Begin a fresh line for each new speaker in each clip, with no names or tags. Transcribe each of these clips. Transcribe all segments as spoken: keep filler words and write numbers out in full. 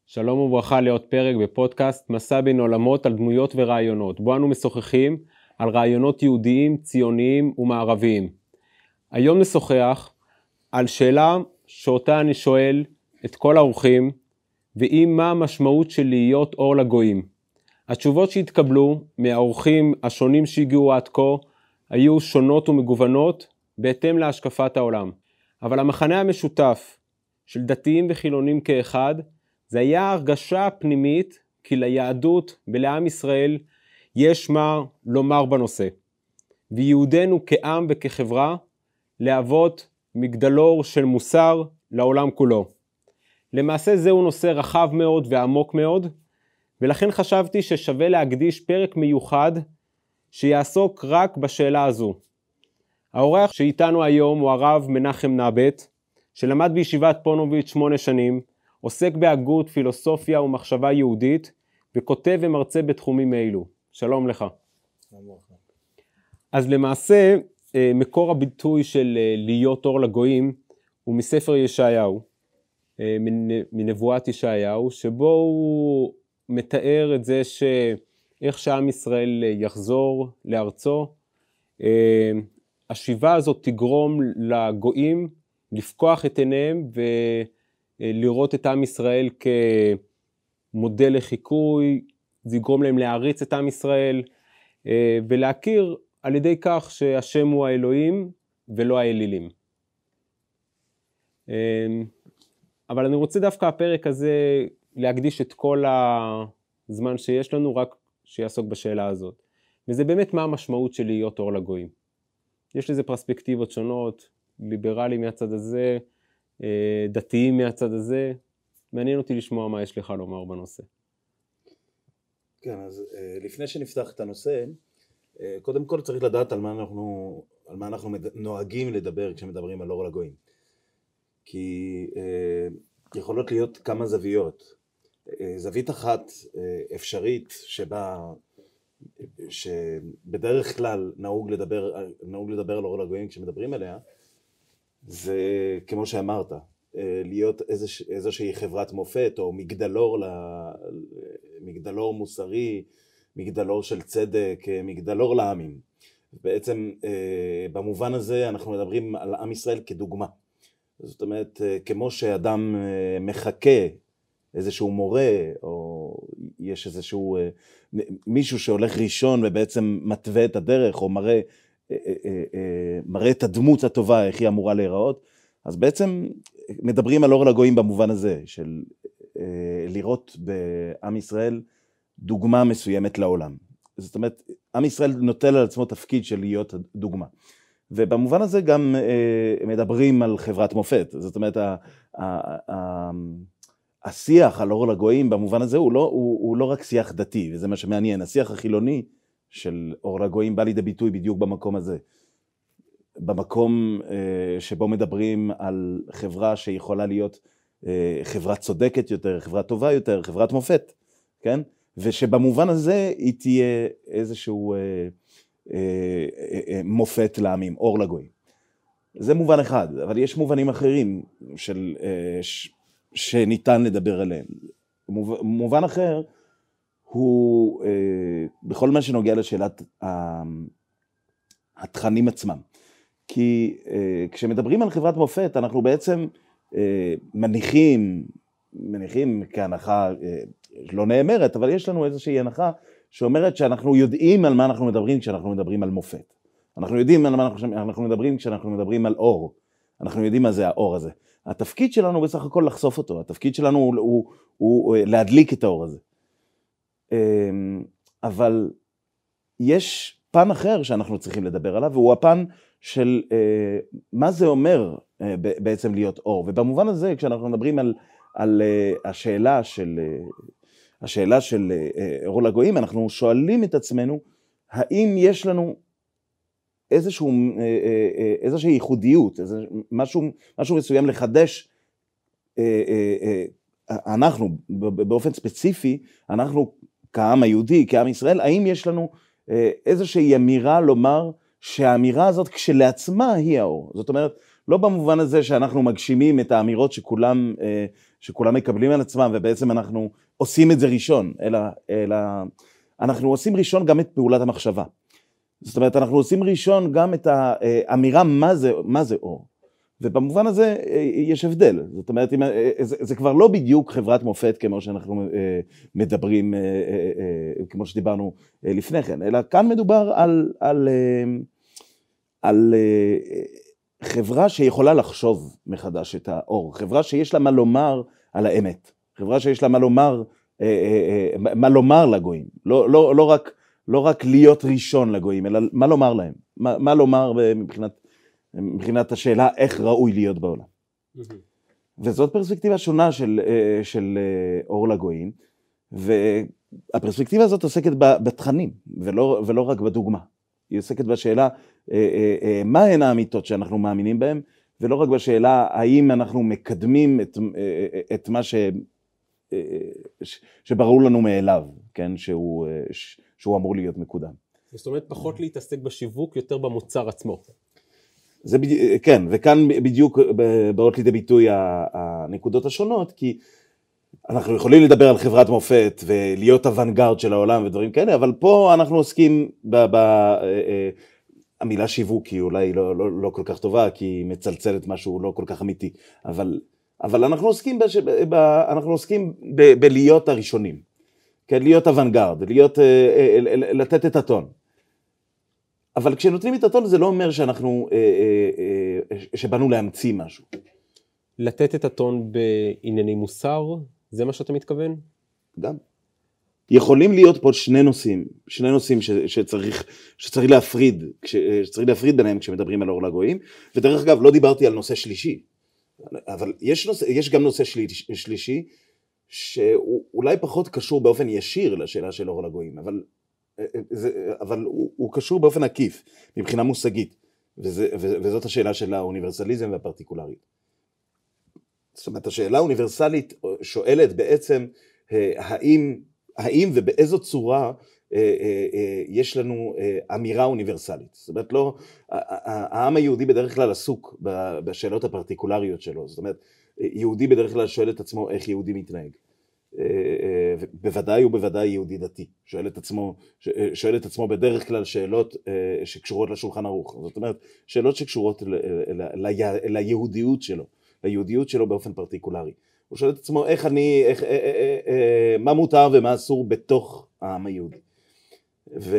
שלום וברכה לעוד פרק בפודקאסט מסע בין עולמות על דמויות ורעיונות, בו אנו משוחחים על רעיונות יהודיים, ציוניים ומערביים. היום נשוחח על שאלה שאותה אני שואל את כל האורחים, והיא מה המשמעות של להיות אור לגויים. התשובות שהתקבלו מהאורחים השונים שהגיעו עד כה היו שונות ומגוונות בהתאם להשקפת העולם. אבל המחנה המשותף של דתיים וחילונים כאחד, זה היה הרגשה פנימית כי ליהדות ולעם ישראל יש מה לומר בנושא. ויהודנו כעם וכחברה להוות מגדלור של מוסר לעולם כולו. למעשה זהו נושא רחב מאוד ועמוק מאוד, ולכן חשבתי ששווה להקדיש פרק מיוחד שיעסוק רק בשאלה הזו. האורח שאיתנו היום הוא הרב מנחם נבט, שלמד בישיבת פונוביץ' שמונה שנים, עוסק בהגות, פילוסופיה ומחשבה יהודית, וכותב ומרצה בתחומים אלו. שלום לך. אז למעשה, מקור הביטוי של להיות אור לגויים, הוא מספר ישעיהו, מנבואת ישעיהו, שבו הוא מתאר את זה שאיך שעם ישראל יחזור לארצו, השיבה הזאת תגרום לגויים לפקוח את עיניהם ו... לראות את עם ישראל כמודל לחיקוי, זה יגרום להם להעריץ את עם ישראל, ולהכיר על ידי כך שהשם הוא האלוהים ולא האלילים. אבל אני רוצה דווקא הפרק הזה להקדיש את כל הזמן שיש לנו רק שיעסוק בשאלה הזאת. וזה באמת מה המשמעות של להיות אור לגויים. יש לזה פרספקטיבות שונות, ליברליים מהצד הזה, דתיים מהצד הזה. מעניין אותי לשמוע מה יש לך לומר בנושא.
כן, אז לפני שנפתח את הנושא, קודם כל צריך לדעת על מה אנחנו, על מה אנחנו נוהגים לדבר כשמדברים על אור לגויים. כי יכולות להיות כמה זוויות. זווית אחת אפשרית שבה, שבדרך כלל נהוג לדבר, נהוג לדבר על אור לגויים כשמדברים עליה, זה כמו שאמרת, להיות איזושהי חברת מופת או מגדלור, מגדלור מוסרי, מגדלור של צדק, מגדלור לעמים. בעצם במובן הזה אנחנו מדברים על עם ישראל כדוגמה. זאת אומרת, כמו שאדם מחכה איזשהו מורה, או יש איזשהו מישהו שהולך ראשון ובעצם מתווה את הדרך או מראה, מראה את הדמות הטובה, איך היא אמורה להיראות, אז בעצם מדברים על אור לגויים במובן הזה, של לראות בעם ישראל דוגמה מסוימת לעולם. זאת אומרת, עם ישראל נוטל על עצמו תפקיד של להיות דוגמה. ובמובן הזה גם מדברים על חברת מופת. זאת אומרת, השיח על אור לגויים במובן הזה הוא לא, הוא, הוא לא רק שיח דתי, וזה מה שמעניין. השיח החילוני של אור לגויים בא לידי ביטוי בדיוק במקום הזה. במקום שבו מדברים על חברה שיכולה להיות חברה צודקת יותר, חברה טובה יותר, חברת מופת, כן? ושבמובן הזה היא תהיה איזשהו מופת לעמים, אור לגויים. זה מובן אחד, אבל יש מובנים אחרים של, שניתן לדבר עליהם. מובן אחר הוא בכל מה שנוגע לשאלת התכנים עצמם. כי כשמדברים על חברת מופת, אנחנו בעצם מניחים, מניחים כהנחה לא נאמרת, אבל יש לנו איזושהי הנחה שאומרת שאנחנו יודעים על מה אנחנו מדברים כשאנחנו מדברים על מופת. אנחנו יודעים על מה אנחנו מדברים כשאנחנו מדברים על אור. אנחנו יודעים מה זה האור הזה. התפקיד שלנו בסך הכל לחשוף אותו. התפקיד שלנו הוא, הוא, הוא להדליק את האור הזה. אבל יש פן אחר שאנחנו צריכים לדבר עליו, והוא הפן של מה זה אומר בעצם להיות אור. ובמובן הזה, כשאנחנו מדברים על, על השאלה של, השאלה של אור לגויים, אנחנו שואלים את עצמנו, האם יש לנו איזשהו, איזושהי ייחודיות, איזה, משהו, משהו מסוים לחדש, אנחנו באופן ספציפי, אנחנו כעם היהודי, כעם ישראל, האם יש לנו איזושהי אמירה לומר שהאמירה הזאת כשלעצמה היא האור? זאת אומרת, לא במובן הזה שאנחנו מגשימים את האמירות שכולם שכולם מקבלים על עצמם, ובעצם אנחנו עושים את זה ראשון, אלא, אלא אנחנו עושים ראשון גם את פעולת המחשבה. זאת אומרת, אנחנו עושים ראשון גם את האמירה מה זה, מה זה אור. ובמובן הזה יש הבדל. זאת אומרת, זה, זה כבר לא בדיוק חברת מופת כמו שאנחנו מדברים, כמו שדיברנו לפני כן, אלא כאן מדובר על, על, על חברה שיכולה לחשוב מחדש את האור, חברה שיש לה מה לומר על האמת, חברה שיש לה מה לומר, מה לומר לגויים, לא, לא, לא רק, לא רק להיות ראשון לגויים, אלא מה לומר להם, מה, מה לומר מבחינת, מבחינת השאלה איך ראוי להיות בעולם. וזאת פרספקטיבה שונה של, של אור לגויים, והפרספקטיבה הזאת עוסקת בתכנים, ולא, ולא רק בדוגמה. היא עוסקת בשאלה מה הן האמיתות שאנחנו מאמינים בהן, ולא רק בשאלה האם אנחנו מקדמים את, את מה ש, שברור לנו מאליו, כן? שהוא, שהוא אמור להיות מקודם.
זאת אומרת, פחות להתעסק בשיווק, יותר במוצר עצמו.
זה בדיוק, כן, וכאן בדיוק באות לידי ביטוי הנקודות השונות, כי אנחנו יכולים לדבר על חברת מופת ולהיות אוונגרד של העולם ודברים כאלה, אבל פה אנחנו עוסקים ב... ב המילה שיווק היא אולי לא, לא, לא כל כך טובה, כי היא מצלצלת משהו לא כל כך אמיתי, אבל, אבל אנחנו עוסקים, בש, ב, אנחנו עוסקים ב, בלהיות הראשונים, כן, להיות אוונגרד, להיות, לתת את הטון. אבל כשנותנים את הטון זה לא אומר שאנחנו, שבאנו להמציא משהו.
לתת את הטון בענייני מוסר, זה מה שאתה מתכוון?
גם. יכולים להיות פה שני נושאים, שני נושאים ש, שצריך, שצריך להפריד, שצריך להפריד ביניהם כשמדברים על אור לגויים, ודרך אגב לא דיברתי על נושא שלישי, אבל יש, נושא, יש גם נושא שלישי, שלישי, שאולי פחות קשור באופן ישיר לשאלה של אור לגויים, אבל, זה, אבל הוא, הוא קשור באופן עקיף, מבחינה מושגית, וזה, וזאת השאלה של האוניברסליזם והפרטיקולריות. זאת אומרת, השאלה האוניברסלית שואלת בעצם, האם, האם ובאיזו צורה יש לנו אמירה אוניברסלית. זאת אומרת, לא, העם היהודי בדרך כלל עסוק בשאלות הפרטיקולריות שלו. זאת אומרת, יהודי בדרך כלל שואל את עצמו איך יהודי מתנהג. בוודאי ובוודאי יהודי דתי. שואל את עצמו, שואל את עצמו בדרך כלל שאלות שקשורות לשולחן ערוך. זאת אומרת, שאלות שקשורות ליהודיות שלו. ליהודיות שלו באופן פרטיקולרי. הוא שואל את עצמו איך אני, איך, אה, אה, אה, מה מותר ומה אסור בתוך העם היהודי. ו,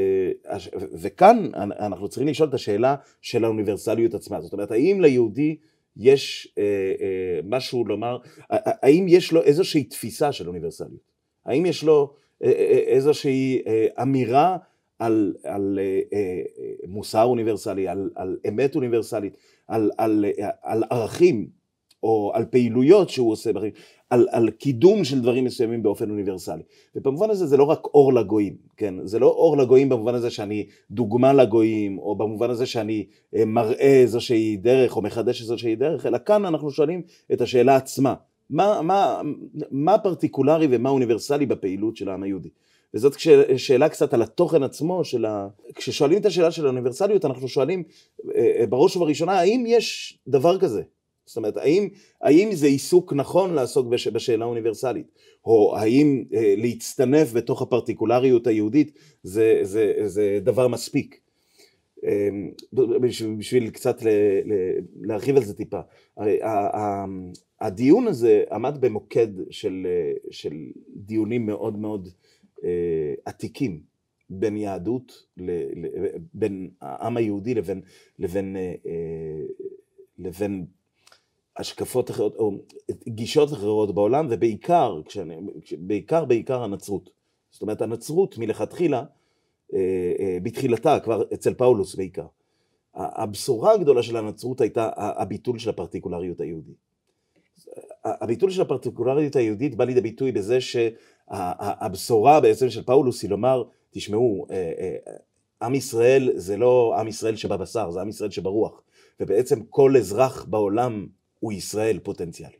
וכאן אנחנו צריכים לשאול את השאלה של האוניברסליות עצמה. זאת אומרת, האם ליהודי יש אה, אה, משהו לומר, האם יש לו איזושהי תפיסה של אוניברסליות? האם יש לו אה, אה, איזושהי אה, אמירה על, על אה, אה, מוסר אוניברסלי, על, על אמת אוניברסלית, על, על, על ערכים, או על פעילויות שהוא עושה, על, על קידום של דברים מסוימים באופן אוניברסלי. ובמובן הזה זה לא רק אור לגויים, כן? זה לא אור לגויים במובן הזה שאני דוגמה לגויים, או במובן הזה שאני מראה איזושהי דרך, או מחדש איזושהי דרך, אלא כאן אנחנו שואלים את השאלה עצמה. מה, מה, מה פרטיקולרי ומה אוניברסלי בפעילות של העם היהודי? וזאת שאלה קצת על התוכן עצמו של ה... כששואלים את השאלה של האוניברסליות, אנחנו שואלים בראש ובראשונה, האם יש דבר כזה? זאת אומרת, האם, האם זה עיסוק נכון לעסוק בש, בשאלה האוניברסלית? או האם אה, להצטנף בתוך הפרטיקולריות היהודית זה, זה, זה דבר מספיק? אה, בשביל, בשביל קצת ל, ל, להרחיב על זה טיפה. הרי, ה, ה, הדיון הזה עמד במוקד של, של דיונים מאוד מאוד אה, עתיקים, בין יהדות, ל, ל, בין העם היהודי לבין, לבין, אה, לבין השקפות אחרות, או גישות אחרות בעולם, ובעיקר, כשאני, בעיקר, בעיקר הנצרות. זאת אומרת, הנצרות מלכתחילה, בתחילתה, כבר אצל פאולוס בעיקר, הבשורה הגדולה של הנצרות הייתה הביטול של הפרטיקולריות היהודית. הביטול של הפרטיקולריות היהודית בא לידי ביטוי בזה שהבשורה בעצם של פאולוס היא לומר, תשמעו, עם ישראל זה לא עם ישראל שבבשר, זה עם ישראל שברוח. ובעצם כל אזרח בעולם הוא ישראל פוטנציאלי.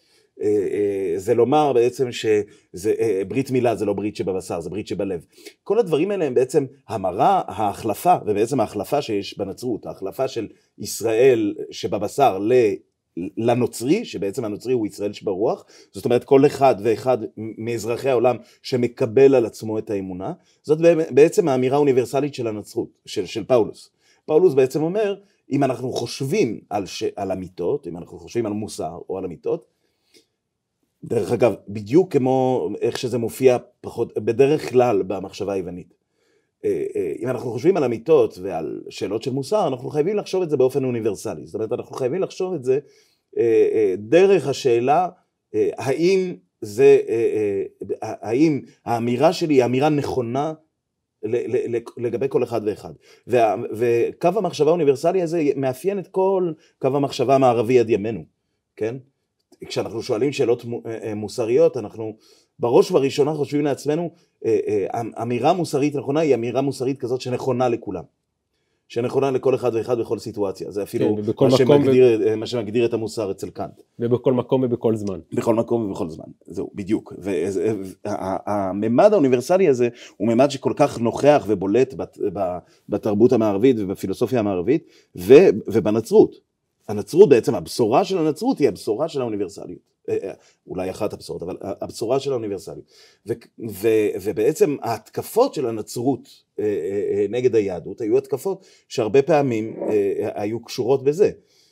זה לומר בעצם שברית מילה זה לא ברית שבבשר, זה ברית שבלב. כל הדברים האלה הם בעצם המרה, ההחלפה, ובעצם ההחלפה שיש בנצרות, ההחלפה של ישראל שבבשר לנוצרי, שבעצם הנוצרי הוא ישראל שברוח, זאת אומרת כל אחד ואחד מאזרחי העולם שמקבל על עצמו את האמונה, זאת בעצם האמירה האוניברסלית של הנצרות, של, של פאולוס. פאולוס בעצם אומר, אם אנחנו חושבים על, ש, על אמיתות, אם אנחנו חושבים על מוסר או על אמיתות, דרך אגב, בדיוק כמו איך שזה מופיע פחות, בדרך כלל במחשבה היוונית. אם אנחנו חושבים על אמיתות ועל שאלות של מוסר, אנחנו חייבים לחשוב את זה באופן אוניברסלי. זאת אומרת, אנחנו חייבים לחשוב את זה דרך השאלה, האם זה, האם האמירה שלי היא אמירה נכונה לגבי כל אחד ואחד. וקו המחשבה האוניברסלי הזה מאפיין את כל קו המחשבה המערבי עד ימינו, כן? כשאנחנו שואלים שאלות מוסריות, אנחנו בראש ובראשונה חושבים לעצמנו, אמירה מוסרית נכונה היא אמירה מוסרית כזאת שנכונה לכולם. שנכונה לכל אחד ואחד בכל סיטואציה. זה אפילו
כן, מה,
שמגדיר,
ב...
מה שמגדיר את המוסר אצל קאנט.
ובכל מקום ובכל זמן.
בכל מקום ובכל זמן. זהו, בדיוק. והממד האוניברסלי הזה הוא ממד שכל כך נוכח ובולט בתרבות המערבית ובפילוסופיה המערבית ובנצרות. הנצרות בעצם, הבשורה של הנצרות היא הבשורה של האוניברסליות. אולי אחת הבשורות, אבל הבשורה של האוניברסליות. ו, ו, ובעצם ההתקפות של הנצרות נגד היהדות היו התקפות שהרבה פעמים היו קשורות בזה.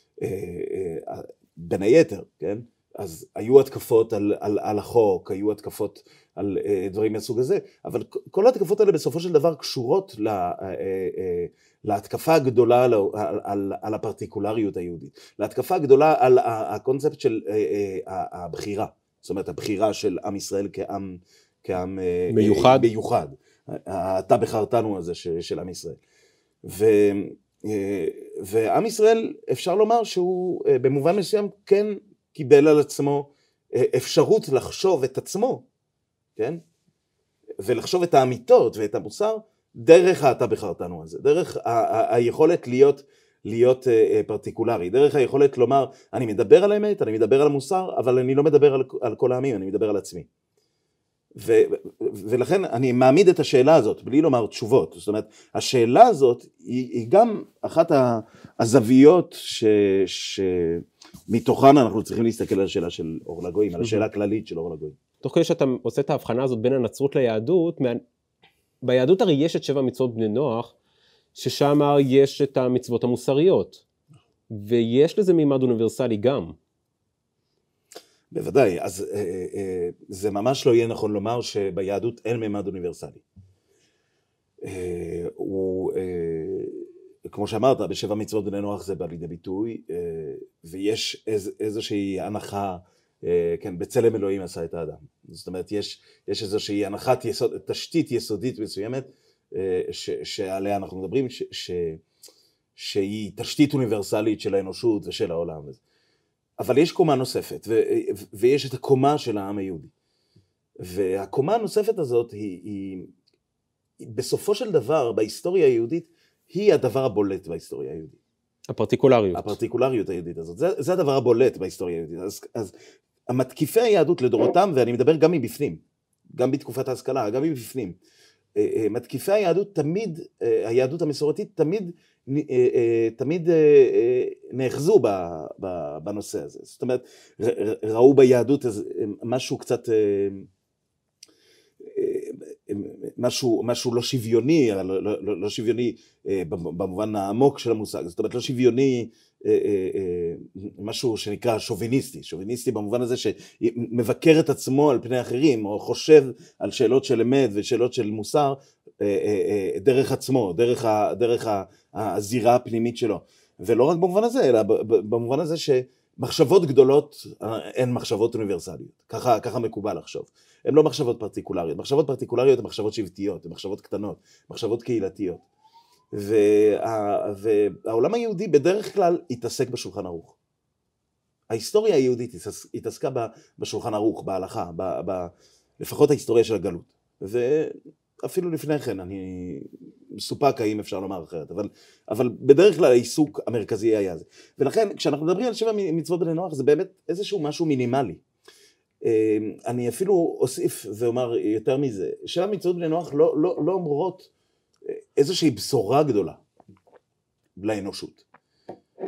בין היתר, כן? אז היו התקפות על, על, על החוק, היו התקפות על דברים מהסוג הזה, אבל כל ההתקפות האלה בסופו של דבר קשורות ל... להתקפה הגדולה על, על, על, על הפרטיקולריות היהודית, להתקפה הגדולה על הקונספט של הבחירה, זאת אומרת הבחירה של עם ישראל כעם, כעם
מיוחד.
מיוחד, אתה בחרתנו הזה של עם ישראל. ו, ועם ישראל אפשר לומר שהוא במובן מסוים כן קיבל על עצמו אפשרות לחשוב את עצמו, כן? ולחשוב את האמיתות ואת המוסר, דרך אתה בחרתנו הזה, דרך ה- ה- היכולת להיות, להיות פרטיקולרי, דרך היכולת לומר, אני מדבר על האמת, אני מדבר על המוסר, אבל אני לא מדבר על, על כל העמים, אני מדבר על עצמי. ו, ולכן אני מעמיד את השאלה הזאת, בלי לומר תשובות, זאת אומרת, השאלה הזאת היא, היא גם אחת הזוויות ש, שמתוכן אנחנו צריכים להסתכל על השאלה של אור לגויים, על השאלה הכללית של אור לגויים.
תוך כדי שאתה עושה את ההבחנה הזאת בין הנצרות ליהדות, ביהדות הרי יש את שבע מצוות בני נוח, ששם יש את המצוות המוסריות, ויש לזה מימד אוניברסלי גם.
בוודאי, אז אה, אה, זה ממש לא יהיה נכון לומר שביהדות אין מימד אוניברסלי. אה, הוא, אה, כמו שאמרת, בשבע מצוות בני נוח זה בא לידי ביטוי, אה, ויש איז, איזושהי הנחה, כן, בצלם אלוהים עשה את האדם. זאת אומרת, יש, יש איזושהי הנחת יסוד, תשתית יסודית מסוימת, ש, שעליה אנחנו מדברים, ש, ש, שהיא תשתית אוניברסלית של האנושות ושל העולם. אבל יש קומה נוספת, ו, ויש את הקומה של העם היהודי. והקומה הנוספת הזאת היא, היא, היא בסופו של דבר, בהיסטוריה היהודית, היא הדבר הבולט בהיסטוריה היהודית.
הפרטיקולריות.
הפרטיקולריות היהודית הזאת, זה, זה הדבר הבולט בהיסטוריה היהודית. אז, אז המתקיפי היהדות לדורותם, ואני מדבר גם מבפנים, גם בתקופת ההשכלה, גם מבפנים, מתקיפי היהדות תמיד, היהדות המסורתית תמיד, תמיד נאחזו בנושא הזה. זאת אומרת, ראו ביהדות משהו קצת, משהו, משהו לא שוויוני, לא, לא, לא שוויוני במובן העמוק של המושג, זאת אומרת לא שוויוני, משהו שנקרא שוביניסטי, שוביניסטי במובן הזה שמבקר את עצמו על פני אחרים, או חושב על שאלות של אמת ושאלות של מוסר דרך עצמו, דרך, ה, דרך הזירה הפנימית שלו, ולא רק במובן הזה, אלא במובן הזה שמחשבות גדולות הן מחשבות אוניברסליות, ככה, ככה מקובל לחשוב. הן לא מחשבות פרטיקולריות, מחשבות פרטיקולריות הן מחשבות שבטיות, הן מחשבות קטנות, מחשבות קהילתיות. וה, והעולם היהודי בדרך כלל התעסק בשולחן ערוך. ההיסטוריה היהודית התעסקה בשולחן ערוך, בהלכה, ב, ב, לפחות ההיסטוריה של הגלות. ואפילו לפני כן, אני מסופק האם אפשר לומר אחרת, אבל, אבל בדרך כלל העיסוק המרכזי היה זה. ולכן, כשאנחנו מדברים על שבע מצוות בני נוח, זה באמת איזשהו משהו מינימלי. אני אפילו אוסיף ואומר יותר מזה, שבע מצוות בני נוח לא, לא, לא אומרות איזושהי בשורה גדולה לאנושות.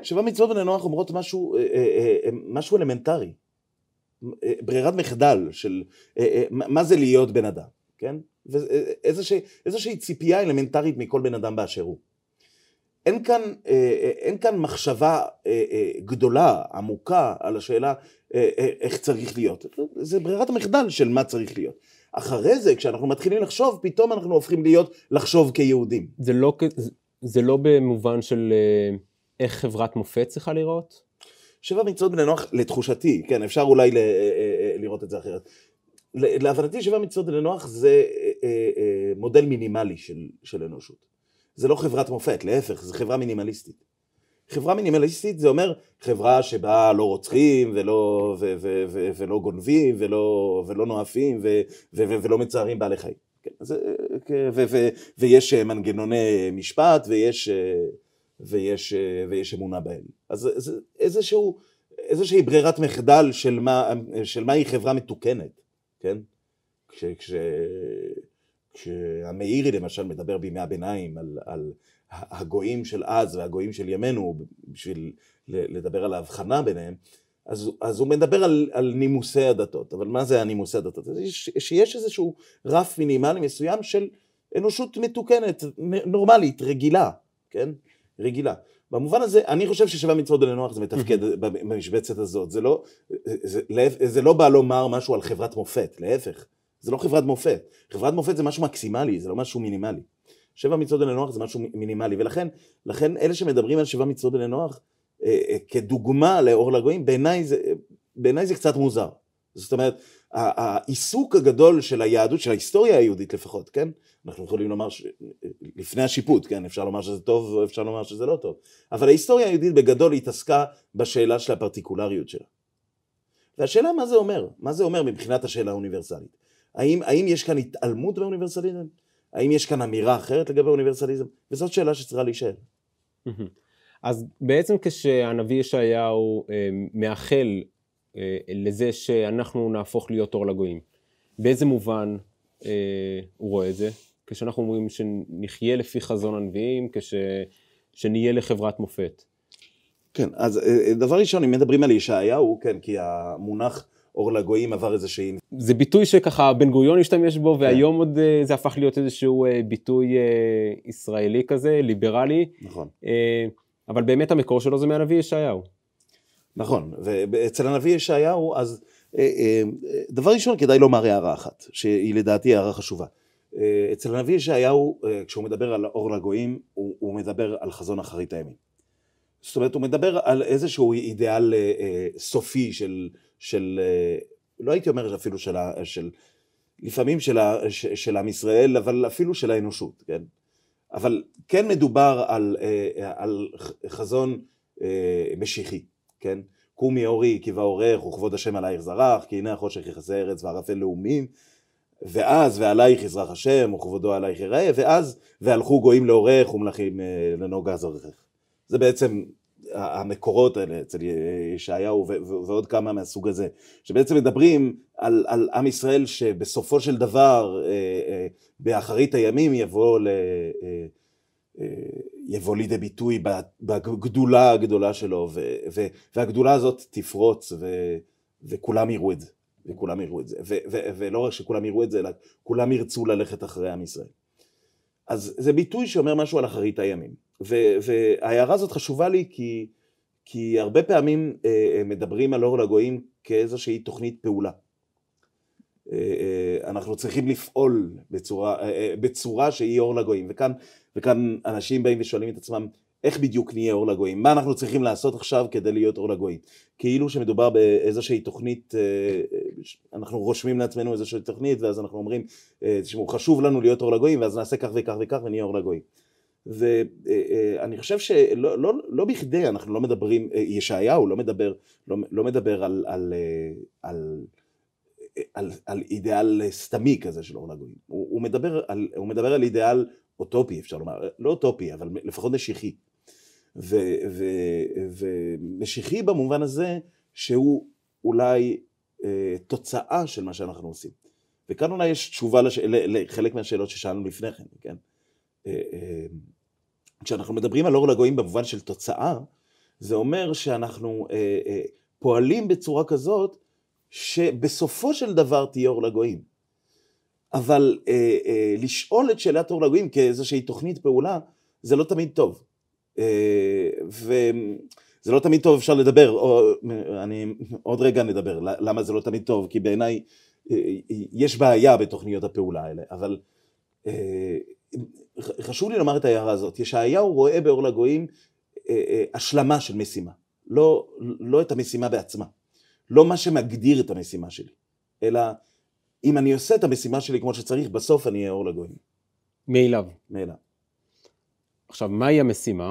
שבע מצוות בני נוח אומרות משהו, משהו אלמנטרי, ברירת מחדל של מה זה להיות בן אדם, כן? ואיזושהי, איזושהי ציפייה אלמנטרית מכל בן אדם באשר הוא. אין כאן, אין כאן מחשבה גדולה, עמוקה, על השאלה איך צריך להיות. זה ברירת המחדל של מה צריך להיות. אחרי זה, כשאנחנו מתחילים לחשוב, פתאום אנחנו הופכים להיות לחשוב כיהודים.
זה לא, זה לא במובן של איך חברת מופת צריכה לראות?
שבע מצוות בני נוח, לתחושתי, כן, אפשר אולי לראות את זה אחרת. להבנתי, שבע מצוות בני נוח זה מודל מינימלי של, של אנושות. זה לא חברת מופת, להפך, זה חברה מינימליסטית. חברה מינימליסטית זה אומר חברה שבה לא רוצחים ולא, ו, ו, ו, ולא גונבים ולא, ולא נואפים ו, ו, ו, ולא מצערים בעלי חיים. כן, זה, ו, ו, ויש מנגנוני משפט ויש, ויש, ויש אמונה בהם. אז זה איזשהו, איזושהי ברירת מחדל של מה, של מהי חברה מתוקנת, כן? כש, כש, כשהמאירי למשל מדבר בימי הביניים על, על הגויים של אז והגויים של ימינו, בשביל לדבר על ההבחנה ביניהם, אז, אז הוא מדבר על, על נימוסי הדתות. אבל מה זה הנימוסי הדתות? שיש איזשהו רף מינימלי מסוים של אנושות מתוקנת, נורמלית, רגילה, כן? רגילה. במובן הזה, אני חושב ששבע מצוות בני נוח זה מתפקד במשבצת הזאת. זה לא, זה, זה לא בא לומר משהו על חברת מופת, להפך. זה לא חברת מופת. חברת מופת זה משהו מקסימלי, זה לא משהו מינימלי. שבע מצוות בני נוח זה משהו מינימלי, ולכן, לכן אלה שמדברים על שבע מצוות בני נוח, אה, אה, כדוגמה לאור לגויים, בעיניי זה, בעיניי זה קצת מוזר. זאת אומרת, העיסוק הגדול של היהדות, של ההיסטוריה היהודית לפחות, כן? אנחנו יכולים לומר, ש... לפני השיפוט, כן? אפשר לומר שזה טוב, או אפשר לומר שזה לא טוב. אבל ההיסטוריה היהודית בגדול התעסקה בשאלה של הפרטיקולריות שלה. והשאלה מה זה אומר? מה זה אומר מבחינת השאלה האוניברסלית? האם, האם יש כאן התעלמות באוניברסליזם? האם יש כאן אמירה אחרת לגבי אוניברסליזם? וזאת שאלה שצריכה להישאל.
אז בעצם כשהנביא ישעיהו מאחל לזה שאנחנו נהפוך להיות אור לגויים, באיזה מובן הוא רואה את זה? כשאנחנו אומרים שנחיה לפי חזון הנביאים, כשנהיה לחברת מופת.
כן, אז דבר ראשון, אם מדברים על ישעיהו, כן, כי המונח אור לגויים עבר איזושהי...
זה ביטוי שככה בן גוריון השתמש בו, והיום עוד זה הפך להיות איזשהו ביטוי ישראלי כזה, ליברלי.
נכון.
אבל באמת המקור שלו זה מהנביא ישעיהו.
נכון, ואצל הנביא ישעיהו, אז דבר ראשון כדאי לומר הערה אחת, שהיא לדעתי הערה חשובה. אצל הנביא ישעיהו, כשהוא מדבר על אור לגויים, הוא, הוא מדבר על חזון אחרית הימים. זאת אומרת, הוא מדבר על איזשהו אידיאל סופי של... של, לא הייתי אומר אפילו של, של לפעמים של, של עם ישראל, אבל אפילו של האנושות, כן? אבל כן מדובר על, על חזון משיחי, כן? קומי אורי כי באורך וכבוד השם עלייך זרח, כי הנה החושך יכסה ארץ וערפל לאומים, ואז ועלייך יזרח השם וכבודו עלייך יראה, ואז והלכו גויים לאורך ומלכים לנוגה זרחך. זה בעצם המקורות האלה אצל ישעיהו ועוד כמה מהסוג הזה, שבעצם מדברים על, על עם ישראל שבסופו של דבר באחרית הימים יבוא, ל, יבוא לידי ביטוי בגדולה הגדולה שלו, ו, ו, והגדולה הזאת תפרוץ ו, וכולם יראו את זה, וכולם יראו את זה, ו, ו, ולא רק שכולם יראו את זה, אלא כולם ירצו ללכת אחרי עם ישראל. אז זה ביטוי שאומר משהו על אחרית הימים. וההערה הזאת חשובה לי כי, כי הרבה פעמים אה, מדברים על אור לגויים כאיזושהי תוכנית פעולה. אה, אה, אנחנו צריכים לפעול בצורה, אה, בצורה שהיא אור לגויים, וכאן, וכאן אנשים באים ושואלים את עצמם, איך בדיוק נהיה אור לגויים? מה אנחנו צריכים לעשות עכשיו כדי להיות אור לגויים? כאילו שמדובר באיזושהי תוכנית, אנחנו רושמים לעצמנו איזושהי תוכנית, ואז אנחנו אומרים, חשוב לנו להיות אור לגויים, ואז נעשה כך וכך וכך ונהיה אור לגויים. ואני חושב שלא לא, לא בכדי אנחנו לא מדברים, ישעיהו לא מדבר, לא, לא מדבר על, על, על, על, על אידיאל סתמי כזה של אור לגויים. הוא, הוא, מדבר על, הוא מדבר על אידיאל אוטופי, אפשר לומר, לא אוטופי, אבל לפחות משיחי. ו, ו, ומשיחי במובן הזה שהוא אולי אה, תוצאה של מה שאנחנו עושים. וכאן אולי יש תשובה לשאל, לחלק מהשאלות ששאלנו לפני כן, כן? אה, אה, כשאנחנו מדברים על אור לגויים במובן של תוצאה, זה אומר שאנחנו אה, אה, פועלים בצורה כזאת, שבסופו של דבר תהיה אור לגויים. אבל אה, אה, לשאול את שאלת אור לגויים כאיזושהי תוכנית פעולה, זה לא תמיד טוב. אה, וזה לא תמיד טוב, אפשר לדבר, או, אני עוד רגע נדבר, למה זה לא תמיד טוב, כי בעיניי אה, יש בעיה בתוכניות הפעולה האלה, אבל אה, חשוב לי לומר את ההערה הזאת, ישעיהו רואה באור לגויים אה, אה, השלמה של משימה, לא, לא את המשימה בעצמה, לא מה שמגדיר את המשימה שלי, אלא אם אני עושה את המשימה שלי כמו שצריך, בסוף אני אהיה אור לגויים.
מאליו.
מאליו.
עכשיו, מהי המשימה?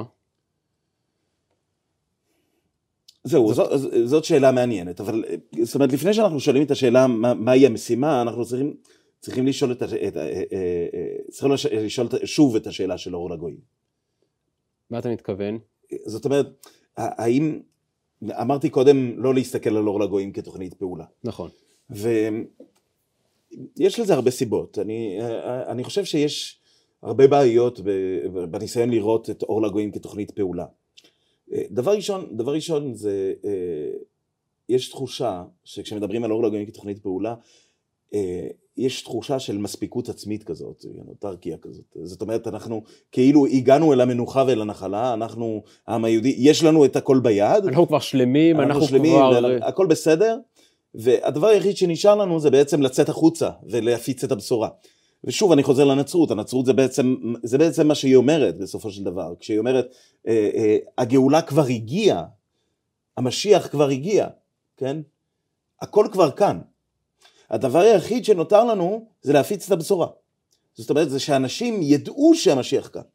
זהו, זאת, זאת שאלה מעניינת, אבל זאת אומרת, לפני שאנחנו שואלים את השאלה מה, מהי המשימה, אנחנו צריכים, צריכים לשאול, את, את, צריכים לשאול שוב את השאלה של אור לגויים.
מה אתה מתכוון?
זאת אומרת, האם, אמרתי קודם לא להסתכל על אור לגויים כתוכנית פעולה.
נכון.
ויש לזה הרבה סיבות. אני, אני חושב שיש הרבה בעיות בניסיון לראות את אור לגויים כתוכנית פעולה. דבר ראשון, דבר ראשון זה, יש תחושה שכשמדברים על אור לגויים כתוכנית פעולה, יש תחושה של מספיקות עצמית כזאת, אוטרקיה כזאת. זאת אומרת, אנחנו כאילו הגענו אל המנוחה ואל הנחלה, אנחנו, העם היהודי, יש לנו את הכל ביד.
אנחנו כבר שלמים, אנחנו, אנחנו
שלמים,
כבר...
הכל בסדר, והדבר היחיד שנשאר לנו זה בעצם לצאת החוצה ולהפיץ את הבשורה. ושוב, אני חוזר לנצרות, הנצרות זה בעצם, זה בעצם מה שהיא אומרת בסופו של דבר. כשהיא אומרת, אה, אה, הגאולה כבר הגיעה, המשיח כבר הגיע, כן? הכל כבר כאן. הדבר היחיד שנותר לנו זה להפיץ את הבשורה. זאת אומרת, זה שאנשים ידעו שהמשיח כאן.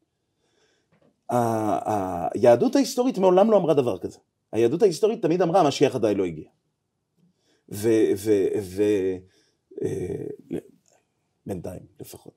היהדות ההיסטורית מעולם לא אמרה דבר כזה. היהדות ההיסטורית תמיד אמרה, המשיח עדיין לא הגיע. ו... ו, ו בינתיים לפחות.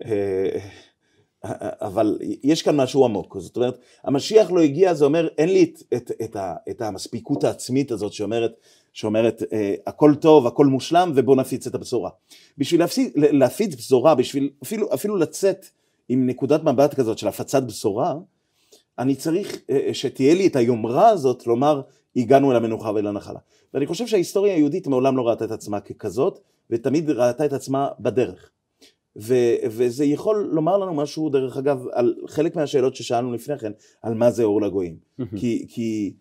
אבל יש כאן משהו עמוק. זאת אומרת, המשיח לא הגיע, זה אומר, אין לי את, את, את, ה, את המספיקות העצמית הזאת שאומרת, שאומרת, הכל טוב, הכל מושלם, ובוא נפיץ את הבשורה. בשביל להפיץ, להפיץ בשורה, בשביל אפילו, אפילו לצאת עם נקודת מבט כזאת של הפצת בשורה, אני צריך שתהיה לי את היומרה הזאת, לומר, הגענו אל המנוחה ואל הנחלה. ואני חושב שההיסטוריה היהודית מעולם לא ראתה את עצמה ככזאת, ותמיד ראתה את עצמה בדרך. ו- וזה יכול לומר לנו משהו, דרך אגב, על חלק מהשאלות ששאלנו לפני כן, על מה זה אור לגויים. כי, כי,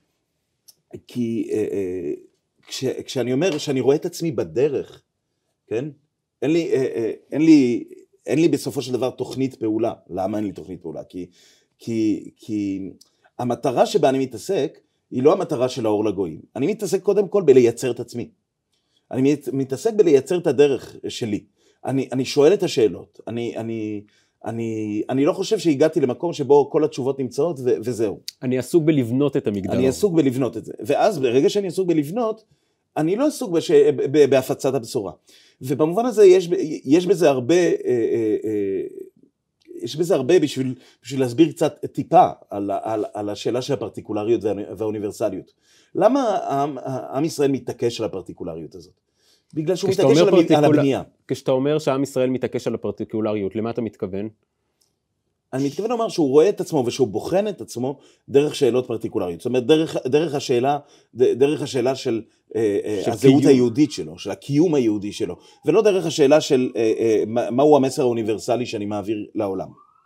כי אה, אה, כש, כשאני אומר שאני רואה את עצמי בדרך, כן? אין לי, אה, אה, אין לי, אין לי בסופו של דבר תוכנית פעולה. למה אין לי תוכנית פעולה? כי, כי, כי המטרה שבה אני מתעסק, היא לא המטרה של האור לגויים. אני מתעסק קודם כל בלייצר את עצמי. אני מתעסק בלייצר את הדרך שלי. אני, אני שואל את השאלות. אני, אני, אני, אני לא חושב שהגעתי למקום שבו כל התשובות נמצאות ו, וזהו.
אני עסוק בלבנות את המגדלור.
אני עסוק בלבנות את זה. ואז ברגע שאני עסוק בלבנות, אני לא עסוק בש... ב... בהפצת הבשורה. ובמובן הזה יש, יש בזה הרבה, אה, אה, אה, יש בזה הרבה בשביל, בשביל להסביר קצת טיפה על, על, על השאלה של הפרטיקולריות והאוניברסליות. למה עם, עם ישראל מתעקש על הפרטיקולריות הזאת? בגלל שהוא מתעקש על, פרטיקול... על הבנייה.
כשאתה אומר שעם ישראל מתעקש על הפרטיקולריות, למה אתה מתכוון?
אני מתכוון לומר שהוא רואה את עצמו ושהוא בוחן את עצמו דרך שאלות פרטיקולריות. זאת אומרת, דרך, דרך השאלה, דרך השאלה של, של הזהות קיום. היהודית שלו, של הקיום היהודי שלו, ולא דרך השאלה של מהו המסר האוניברסלי שאני מעביר לעולם.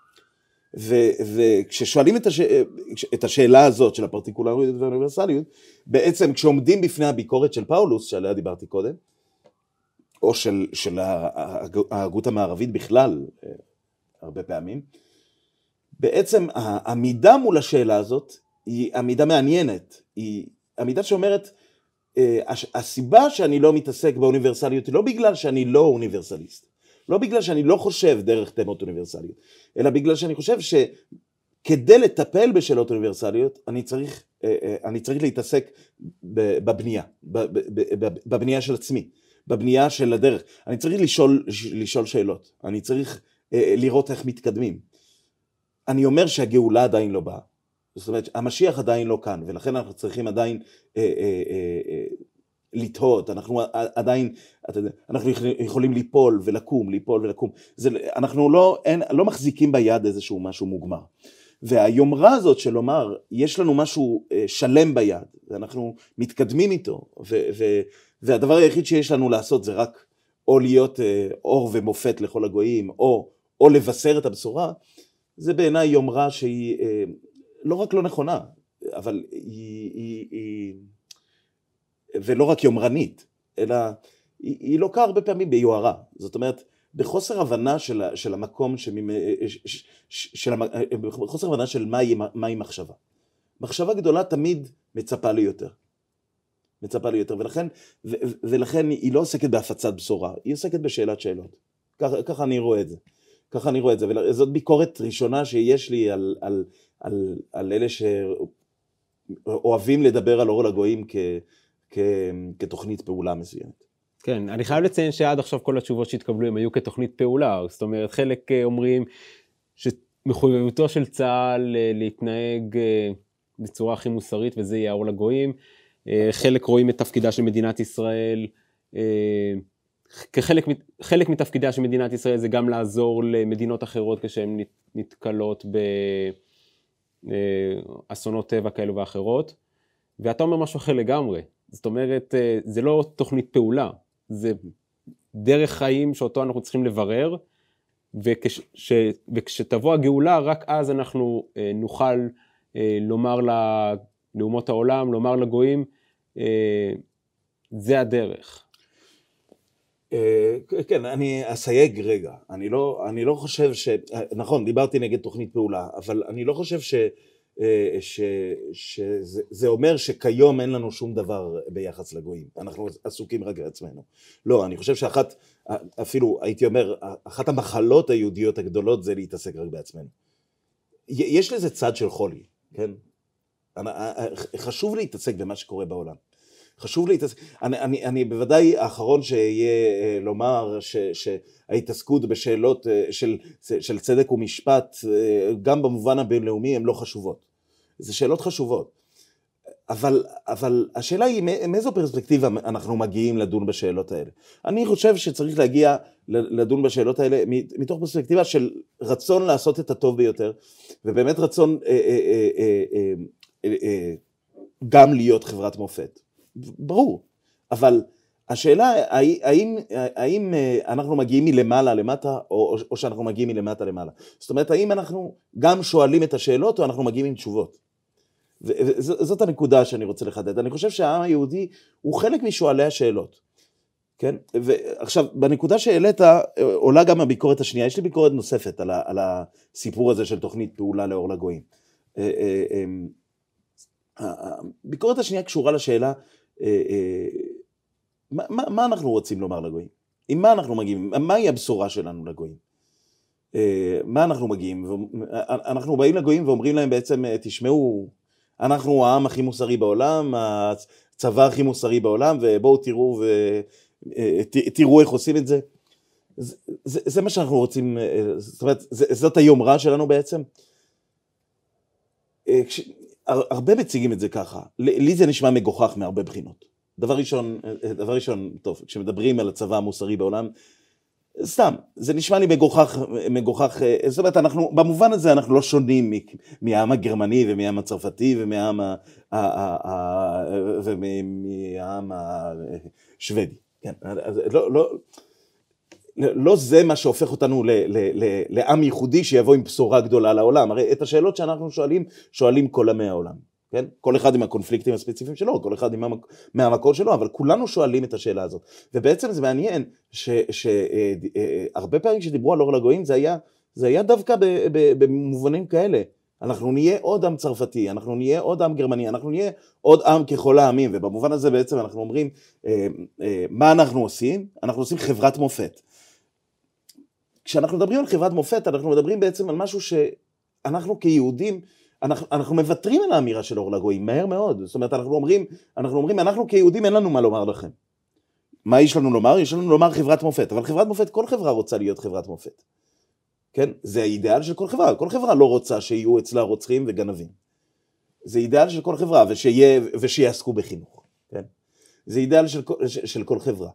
ו, וכששואלים את, הש, את השאלה הזאת של הפרטיקולריות והאוניברסליות, בעצם כשעומדים בפני הביקורת של פאולוס, שעליה דיברתי קודם, או של, של ההגות המערבית בכלל, הרבה פעמים, בעצם העמידה מול השאלה הזאת היא עמידה מעניינת, היא עמידה שאומרת, הסיבה שאני לא מתעסק באוניברסליות היא לא בגלל שאני לא אוניברסליסט, לא בגלל שאני לא חושב דרך תמות אוניברסליות, אלא בגלל שאני חושב שכדי לטפל בשאלות אוניברסליות, אני צריך, אני צריך להתעסק בבנייה, בבנייה של עצמי, בבנייה של הדרך. אני צריך לשאול, לשאול שאלות, אני צריך לראות איך מתקדמים. אני אומר שהגאולה עדיין לא באה, זאת אומרת, המשיח עדיין לא כאן, ולכן אנחנו צריכים עדיין אה, אה, אה, לתהות, אנחנו עדיין, אתה יודע, אנחנו יכולים ליפול ולקום, ליפול ולקום. זה, אנחנו לא, אין, לא מחזיקים ביד איזשהו משהו מוגמר. והיומרה הזאת של לומר, יש לנו משהו שלם ביד, ואנחנו מתקדמים איתו, ו- ו- והדבר היחיד שיש לנו לעשות זה רק או להיות אור ומופת לכל הגויים, או, או לבשר את הבשורה, זה בעיניי יומרה שהיא לא רק לא נכונה, אבל היא, היא, היא ולא רק יומרנית, אלא היא, היא לוקה הרבה פעמים ביוהרה. זאת אומרת, בחוסר הבנה של, של המקום, שממ, של, של, בחוסר הבנה של מהי, מהי מחשבה. מחשבה גדולה תמיד מצפה לי יותר. מצפה לי יותר, ולכן, ו, ולכן היא לא עוסקת בהפצת בשורה, היא עוסקת בשאלת שאלות. ככה, ככה אני רואה את זה. ככה אני רואה את זה, וזאת ביקורת ראשונה שיש לי על, על, על, על אלה שאוהבים לדבר על אור לגויים כ, כ, כתוכנית פעולה מסוימת.
כן, אני חייב לציין שעד עכשיו כל התשובות שהתקבלו הם היו כתוכנית פעולה, זאת אומרת, חלק אומרים שמחויבותו של צה"ל להתנהג בצורה הכי מוסרית, וזה יהיה אור לגויים, חלק רואים את תפקידה של מדינת ישראל, כחלק חלק מתפקידה של מדינת ישראל זה גם לעזור למדינות אחרות כשהן נתקלות באסונות טבע כאלו ואחרות, ואתה אומר משהו אחר לגמרי, זאת אומרת, זה לא תוכנית פעולה, זה דרך חיים שאותו אנחנו צריכים לברר, וכש, וכשתבוא הגאולה, רק אז אנחנו נוכל לומר לאומות העולם, לומר לגויים, זה הדרך.
כן, אני אסייג רגע, אני לא, אני לא חושב ש... נכון, דיברתי נגד תוכנית פעולה, אבל אני לא חושב ש... ש... שזה זה אומר שכיום אין לנו שום דבר ביחס לגויים, אנחנו עסוקים רק לעצמנו. לא, אני חושב שאחת, אפילו הייתי אומר, אחת המחלות היהודיות הגדולות זה להתעסק רק בעצמנו. יש לזה צד של חולי, כן? חשוב להתעסק במה שקורה בעולם. חשוב להתעסק, אני, אני, אני בוודאי האחרון שיהיה לומר ש, שההתעסקות בשאלות של, של צדק ומשפט, גם במובן הבינלאומי, הן לא חשובות. זה שאלות חשובות. אבל, אבל השאלה היא, מאיזו פרספקטיבה אנחנו מגיעים לדון בשאלות האלה? אני חושב שצריך להגיע לדון בשאלות האלה מתוך פרספקטיבה של רצון לעשות את הטוב ביותר, ובאמת רצון אה, אה, אה, אה, אה, אה, גם להיות חברת מופת. ברור, אבל השאלה האם, האם אנחנו מגיעים מלמעלה למטה, או, או שאנחנו מגיעים מלמטה למעלה. זאת אומרת, האם אנחנו גם שואלים את השאלות, או אנחנו מגיעים עם תשובות. וזאת הנקודה שאני רוצה לחדד. אני חושב שהעם היהודי הוא חלק משואלי השאלות. כן? ועכשיו, בנקודה שהעלית, עולה גם הביקורת השנייה. יש לי ביקורת נוספת על, ה, על הסיפור הזה של תוכנית פעולה לאור לגויים. הביקורת השנייה קשורה לשאלה, מה, מה, מה אנחנו רוצים לומר לגויים? עם מה אנחנו מגיעים? מהי הבשורה שלנו לגויים? מה אנחנו מגיעים? אנחנו באים לגויים ואומרים להם בעצם, תשמעו, אנחנו העם הכי מוסרי בעולם, הצבא הכי מוסרי בעולם, ובואו תראו, ותראו איך עושים את זה. זה, זה, זה מה שאנחנו רוצים, זאת אומרת, זאת היומרה שלנו בעצם. כש... הרבה מציגים את זה ככה, לי זה נשמע מגוחך מהרבה בחינות. דבר ראשון, דבר ראשון, טוב, כשמדברים על הצבא המוסרי בעולם, סתם, זה נשמע לי מגוחך, מגוחך, זאת אומרת, אנחנו, במובן הזה אנחנו לא שונים מהעם הגרמני ומהעם הצרפתי ומהעם ומהעם השוודי. כן, לא, לא, לא זה מה שהופך אותנו ל, ל, ל, לעם ייחודי שיבוא עם בשורה גדולה לעולם. הרי את השאלות שאנחנו שואלים, שואלים כל עמי העולם. כן? כל אחד עם הקונפליקטים הספציפיים שלו, כל אחד עם מהמקור שלו, אבל כולנו שואלים את השאלה הזאת. ובעצם זה מעניין שהרבה פעמים שדיברו על אור לגויים, זה היה, זה היה דווקא במובנים כאלה. אנחנו נהיה עוד עם צרפתי, אנחנו נהיה עוד עם גרמני, אנחנו נהיה עוד עם ככל העמים, ובמובן הזה בעצם אנחנו אומרים, מה אנחנו עושים? אנחנו עושים חברת מופת. כשאנחנו מדברים על חברת מופת, אנחנו מדברים בעצם על משהו שאנחנו כיהודים, אנחנו, אנחנו מבטרים על האמירה של אור לגויים, מהר מאוד. זאת אומרת, אנחנו אומרים, אנחנו אומרים, אנחנו כיהודים אין לנו מה לומר לכם. מה יש לנו לומר? יש לנו לומר חברת מופת, אבל חברת מופת, כל חברה רוצה להיות חברת מופת. כן? זה האידאל של כל חברה. כל חברה לא רוצה שיהיו אצלה רוצחים וגנבים. זה אידאל של כל חברה, ושיהיה, ושיעסקו בחינוך. כן? זה אידאל של, של כל חברה.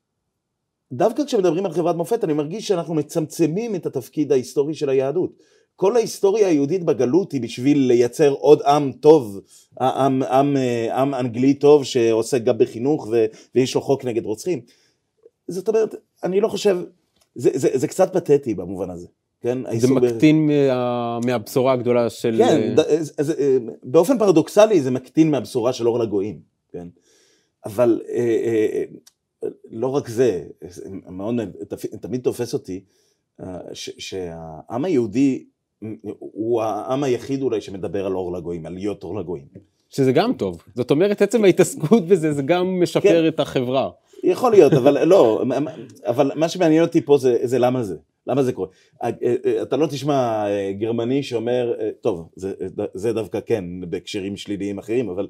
דווקא כשמדברים על חברת מופת, אני מרגיש שאנחנו מצמצמים את התפקיד ההיסטורי של היהדות. כל ההיסטוריה היהודית בגלות היא בשביל לייצר עוד עם טוב, עם, עם, עם אנגלי טוב שעוסק גם בחינוך ו, ויש לו חוק נגד רוצחים. זאת אומרת, אני לא חושב, זה, זה, זה קצת פתטי במובן הזה. כן?
זה מקטין ב... מה, מהבשורה הגדולה של...
כן, אז, אז, באופן פרדוקסלי זה מקטין מהבשורה של אור לגויים, כן? אבל אה, אה, לא רק זה, מאוד, תמיד תופס אותי, ש, שהעם היהודי הוא העם היחיד אולי שמדבר על אור לגויים, על להיות אור לגויים.
שזה גם טוב, זאת אומרת עצם ההתעסקות בזה, זה גם משפר כן. את החברה.
יכול להיות, אבל לא, אבל מה שמעניין אותי פה זה, זה למה זה, למה זה קורה. אתה לא תשמע גרמני שאומר, טוב, זה, זה דווקא כן, בהקשרים שליליים אחרים, אבל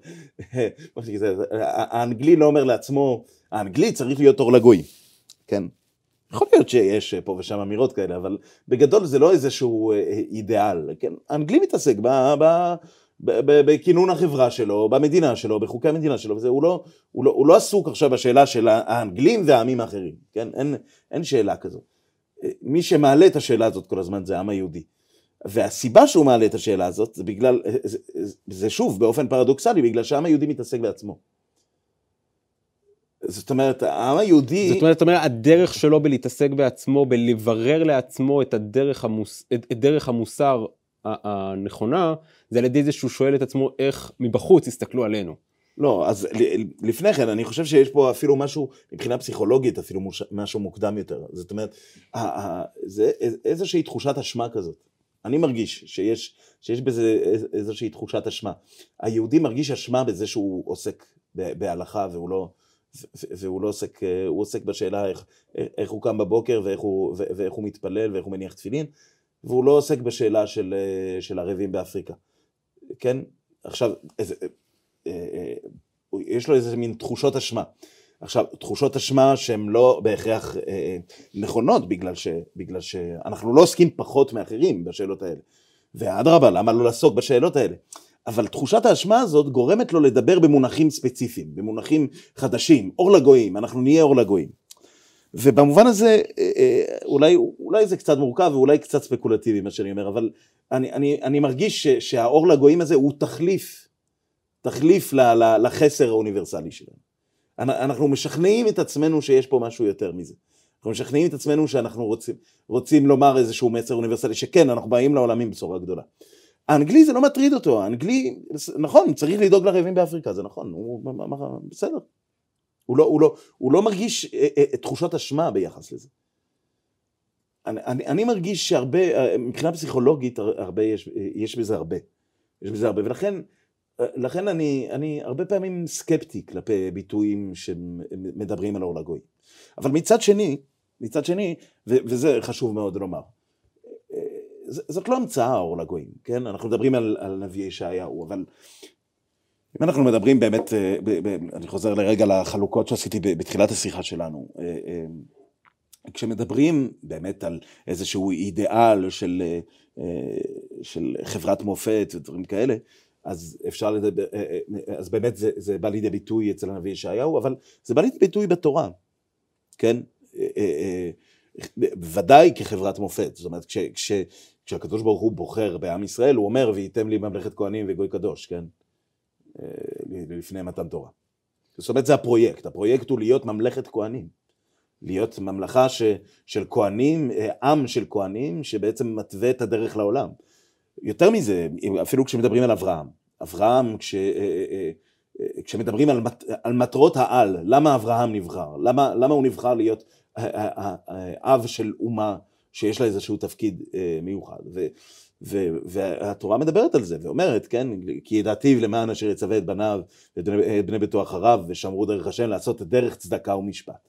האנגלי לא אומר לעצמו, האנגלי צריך להיות אור לגויים, כן? יכול להיות שיש פה ושם אמירות כאלה, אבל בגדול זה לא איזשהו אידיאל, כן? האנגלי מתעסק ב... ב בכינון החברה שלו, במדינה שלו, בחוקי המדינה שלו, וזה, הוא, לא, הוא, לא, הוא לא עסוק עכשיו בשאלה של האנגלים והעמים האחרים, כן? אין, אין שאלה כזו. מי שמעלה את השאלה הזאת כל הזמן זה העם היהודי. והסיבה שהוא מעלה את השאלה הזאת, זה בגלל, זה, זה שוב באופן פרדוקסלי, בגלל שהעם היהודי מתעסק בעצמו. זאת אומרת, העם היהודי...
זאת אומרת, זאת אומרת, הדרך שלו בלהתעסק בעצמו, בלברר לעצמו את הדרך, המוס, את, את דרך המוסר, הנכונה, זה על ידי זה שהוא שואל את עצמו איך מבחוץ יסתכלו עלינו.
לא, אז לפני כן, אני חושב שיש פה אפילו משהו, מבחינה פסיכולוגית, אפילו משהו מוקדם יותר. זאת אומרת, זה איזושהי תחושת אשמה כזאת. אני מרגיש שיש, שיש בזה איזושהי תחושת אשמה. היהודי מרגיש אשמה בזה שהוא עוסק בהלכה, והוא לא, והוא לא עוסק, הוא עוסק בשאלה איך, איך הוא קם בבוקר, ואיך הוא, ואיך הוא מתפלל, ואיך הוא מניח תפילין, והוא לא עוסק בשאלה של, של ערבים באפריקה. כן? עכשיו, איזה, יש לו איזה מין תחושות אשמה. עכשיו, תחושות אשמה שהן לא בהכרח נכונות, בגלל, ש, בגלל שאנחנו לא עוסקים פחות מאחרים בשאלות האלה. ואדרבה, למה לא לעסוק בשאלות האלה? אבל תחושת האשמה הזאת גורמת לו לדבר במונחים ספציפיים, במונחים חדשים, אור לגויים, אנחנו נהיה אור לגויים. ובמובן הזה, אולי, אולי זה קצת מורכב, ואולי קצת ספקולטיבי, מה שאני אומר, אבל אני, אני, אני מרגיש ש, שהאור לגויים הזה הוא תחליף, תחליף ל, ל, לחסר האוניברסלי שלנו. אנחנו משכנעים את עצמנו שיש פה משהו יותר מזה. אנחנו משכנעים את עצמנו שאנחנו רוצים, רוצים לומר איזשהו מסר אוניברסלי, שכן, אנחנו באים לעולם עם בשורה גדולה. האנגלי זה לא מטריד אותו, האנגלי, נכון, צריך לדאוג לרעבים באפריקה, זה נכון, הוא, בסדר. הוא לא, הוא לא, הוא לא מרגיש את תחושות אשמה ביחס לזה. אני, אני, אני מרגיש שהרבה, מבחינה פסיכולוגית, הרבה, יש, יש בזה הרבה. יש בזה הרבה, ולכן, לכן אני, אני הרבה פעמים סקפטי כלפי ביטויים שמדברים על אור לגויים. אבל מצד שני, מצד שני, ו, וזה חשוב מאוד לומר, זאת לא המצאה אור לגויים, כן? אנחנו מדברים על, על נביא ישעיהו, אבל אם אנחנו מדברים באמת, ב, ב, אני חוזר לרגע לחלוקות שעשיתי בתחילת השיחה שלנו, כשמדברים באמת על איזשהו אידיאל של, של חברת מופת ודברים כאלה, אז אפשר לדבר, אז באמת זה, זה בא לידי ביטוי אצל הנביא ישעיהו, אבל זה בא לידי ביטוי בתורה, כן? ודאי כחברת מופת, זאת אומרת, כש, כש, כשהקדוש ברוך הוא בוחר בעם ישראל, הוא אומר, וייתם לי ממלכת כהנים וגוי קדוש, כן? לפני מתן תורה. זאת אומרת, זה הפרויקט, הפרויקט הוא להיות ממלכת כהנים, להיות ממלכה ש, של כהנים, עם של כהנים, שבעצם מתווה את הדרך לעולם. יותר מזה, אפילו כשמדברים על אברהם, אברהם, כש, כשמדברים על, על מטרות העל, למה אברהם נבחר? למה, למה הוא נבחר להיות אב של אומה שיש לה איזשהו תפקיד מיוחד? ו, ו, והתורה מדברת על זה, ואומרת, כן, כי ידעתיו למען אשר יצווה את בניו, את בני ביתו אחריו, ושמרו דרך השם, לעשות את דרך צדקה ומשפט.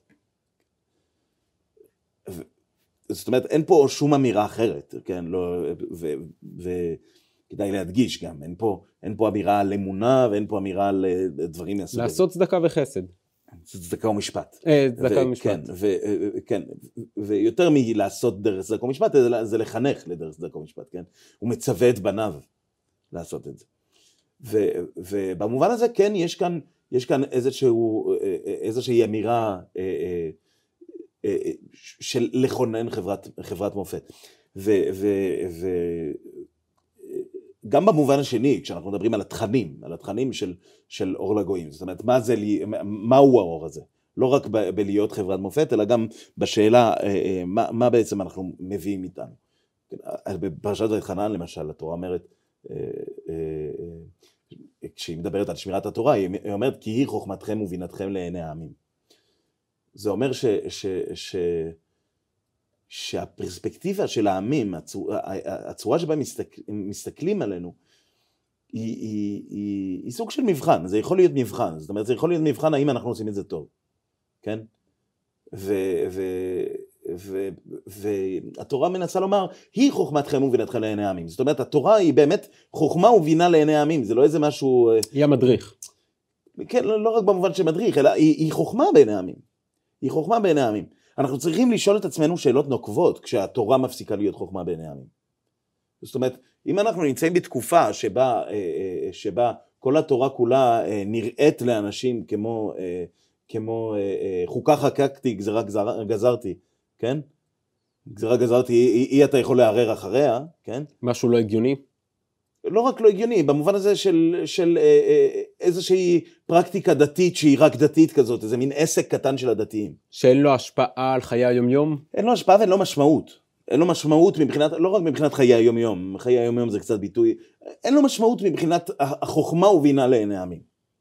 ו, זאת אומרת, אין פה שום אמירה אחרת, כן, לא, ו, וכדאי להדגיש גם, אין פה, אין פה אמירה על אמונה, ואין פה אמירה על דברים מהסוג הזה.
לעשות צדקה וחסד.
צדקה ומשפט.
צדקה ומשפט.
כן, ויותר מלעשות דרך צדקה ומשפט, זה לחנך לדרך צדקה ומשפט, כן? הוא מצווה את בניו לעשות את זה. ובמובן הזה, כן, יש כאן, יש כאן איזשהו, איזושהי אמירה של לכונן חברת, חברת מופת. וגם במובן השני, כשאנחנו מדברים על התכנים, על התכנים של, של אור לגויים, זאת אומרת, מה זה, מהו האור הזה? לא רק ב, בלהיות חברת מופת, אלא גם בשאלה, מה, מה בעצם אנחנו מביאים איתנו. בפרשת ואתחנן, למשל, התורה אומרת, כשהיא מדברת על שמירת התורה, היא אומרת, כי היא חוכמתכם ובינתכם לעיני העמים. זה אומר ש, ש, ש, שהפרספקטיבה של העמים, הצורה, הצורה שבה מסתכל, מסתכלים עלינו, היא, היא, היא, היא סוג של מבחן. זה יכול להיות מבחן. זאת אומרת, זה יכול להיות מבחן האם אנחנו עושים את זה טוב. כן? ו, ו, ו, והתורה מנסה לומר, היא חוכמתכם ובינתכם לעיני העמים. זאת אומרת, התורה היא באמת חוכמה ובינה לעיני העמים. זה לא איזה משהו...
היא המדריך.
כן, לא רק במובן שמדריך, אלא היא, היא חוכמה בעיני העמים. היא חוכמה בעיני העמים. אנחנו צריכים לשאול את עצמנו שאלות נוקבות, כשהתורה מפסיקה להיות חוכמה בעיני העמים. זאת אומרת, אם אנחנו נמצאים בתקופה שבה, שבה כל התורה כולה נראית לאנשים כמו, כמו חוקה חקקתי, גזרה גזרתי, כן? גזרה גזרתי, היא, היא אתה יכול לערער אחריה, כן?
משהו לא הגיוני?
לא רק לא הגיוני, במובן הזה של, של אה, אה, איזושהי פרקטיקה דתית שהיא רק דתית כזאת, איזה מין עסק קטן של הדתיים.
שאין לו השפעה על חיי היום-יום?
אין לו השפעה ואין לו משמעות. אין לו משמעות מבחינת, לא רק מבחינת חיי היום-יום, חיי היום-יום זה קצת ביטוי, אין לו משמעות מבחינת החוכמה ובינה לעיני העמים.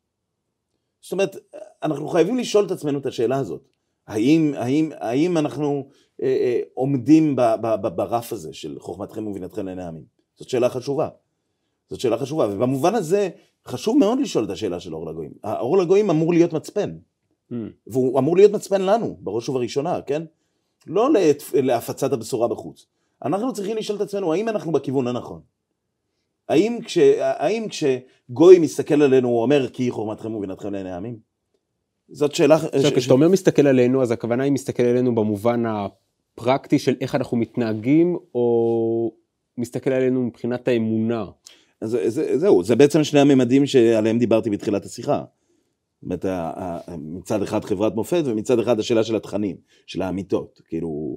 זאת אומרת, אנחנו חייבים לשאול את עצמנו את השאלה הזאת. האם, האם, האם אנחנו אה, אה, עומדים ב, ב, ב, ברף הזה של חוכמתכם ובינתכם לעיני העמים? זאת שאלה חשובה. זאת שאלה חשובה, ובמובן הזה חשוב מאוד לשאול את השאלה של אור לגויים. האור לגויים אמור להיות מצפן, mm. והוא אמור להיות מצפן לנו, בראש ובראשונה, כן? לא להפצת הבשורה בחוץ. אנחנו צריכים לשאול את עצמנו, האם אנחנו בכיוון הנכון? האם, כש, האם כשגוי מסתכל עלינו, הוא אומר, כי היא חוכמתכם ובינתכם לעיני העמים? זאת שאלה...
עכשיו, כשאתה אומר מסתכל עלינו, אז הכוונה היא מסתכל עלינו במובן הפרקטי של איך אנחנו מתנהגים, או מסתכל עלינו מבחינת האמונה?
אז זה, זהו, זה בעצם שני הממדים שעליהם דיברתי בתחילת השיחה. זאת אומרת, מצד אחד חברת מופת, ומצד אחד השאלה של התכנים, של האמיתות, כאילו,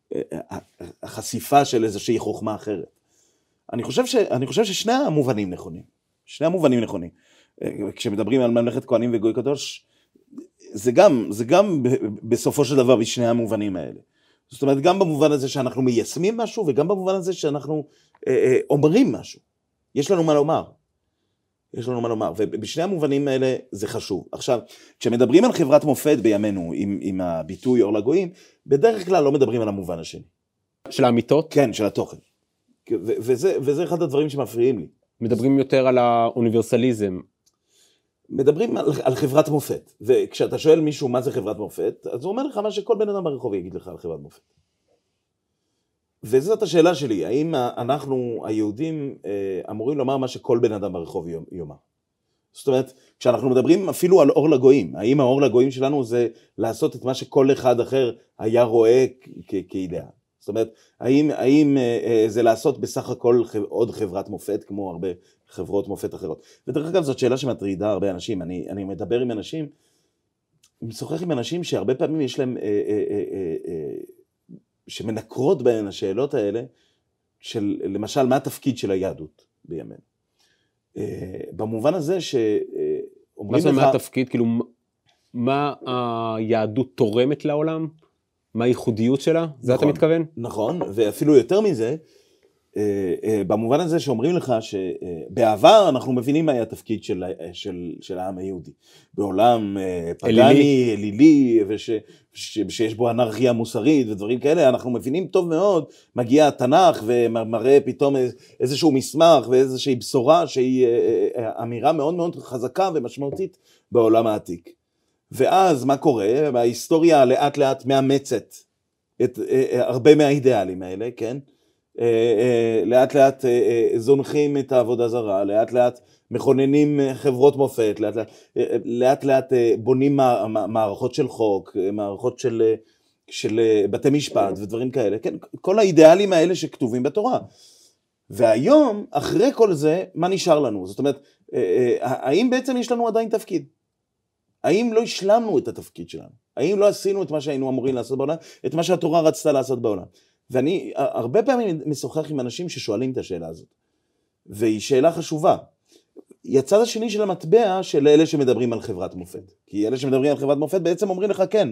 החשיפה של איזושהי חוכמה אחרת. אני חושב ש, אני חושב ששני המובנים נכונים, שני המובנים נכונים. כשמדברים על ממלכת כהנים וגוי קדוש, זה גם, זה גם בסופו של דבר בשני המובנים האלה. זאת אומרת, גם במובן הזה שאנחנו מיישמים משהו, וגם במובן הזה שאנחנו אה, אה, אומרים משהו. יש לנו מה לומר. יש לנו מה לומר, ובשני המובנים האלה זה חשוב. עכשיו, כשמדברים על חברת מופת בימינו, עם, עם הביטוי אור לגויים, בדרך כלל לא מדברים על המובן השני.
של האמיתות?
כן, של התוכן. ו- וזה, וזה אחד הדברים שמפריעים לי.
מדברים יותר על האוניברסליזם. מדברים
על, על חברת מופת, וכשאתה שואל מישהו מה זה חברת מופת, אז הוא אומר לך מה שכל בן אדם ברחוב יגיד לך על חברת מופת. וזאת השאלה שלי, האם אנחנו היהודים אמורים לומר מה שכל בן אדם ברחוב יאמר? זאת אומרת, כשאנחנו מדברים אפילו על אור לגויים, האם האור לגויים שלנו זה לעשות את מה שכל אחד אחר היה רואה כאידאה? זאת אומרת, האם, האם זה לעשות בסך הכל עוד חברת מופת כמו הרבה חברות מופת אחרות? ודרך אגב, זאת שאלה שמטרידה הרבה אנשים. אני, אני מדבר עם אנשים, משוחח עם אנשים שהרבה פעמים יש להם... אה, אה, אה, אה, שמנקרות בהן השאלות האלה, של למשל, מה התפקיד של היהדות בימינו? במובן הזה שאומרים
לך... מה זה מה התפקיד? כאילו, מה היהדות תורמת לעולם? מה הייחודיות שלה? זה אתה מתכוון?
נכון, ואפילו יותר מזה, במובן הזה שאומרים לך שבעבר אנחנו מבינים מה היה התפקיד של, של, של העם היהודי. בעולם פגני, אלילי, וש, ש, שיש בו אנרכיה מוסרית ודברים כאלה, אנחנו מבינים טוב מאוד, מגיע התנ"ך ומראה פתאום איזשהו מסמך ואיזושהי בשורה שהיא אמירה מאוד מאוד חזקה ומשמעותית בעולם העתיק. ואז מה קורה? ההיסטוריה לאט לאט מאמצת את הרבה מהאידיאלים האלה, כן? לאט לאט זונחים את העבודה זרה, לאט לאט מכוננים חברות מופת, לאט לאט, לאט, לאט בונים מערכות של חוק, מערכות של, של בתי משפט ודברים כאלה, כן? כל האידיאלים האלה שכתובים בתורה. והיום, אחרי כל זה, מה נשאר לנו? זאת אומרת, האם בעצם יש לנו עדיין תפקיד? האם לא השלמנו את התפקיד שלנו? האם לא עשינו את מה שהיינו אמורים לעשות בעולם? את מה שהתורה רצתה לעשות בעולם? ואני הרבה פעמים משוחח עם אנשים ששואלים את השאלה הזאת, והיא שאלה חשובה. היא הצד השני של המטבע של אלה שמדברים על חברת מופת. כי אלה שמדברים על חברת מופת בעצם אומרים לך כן.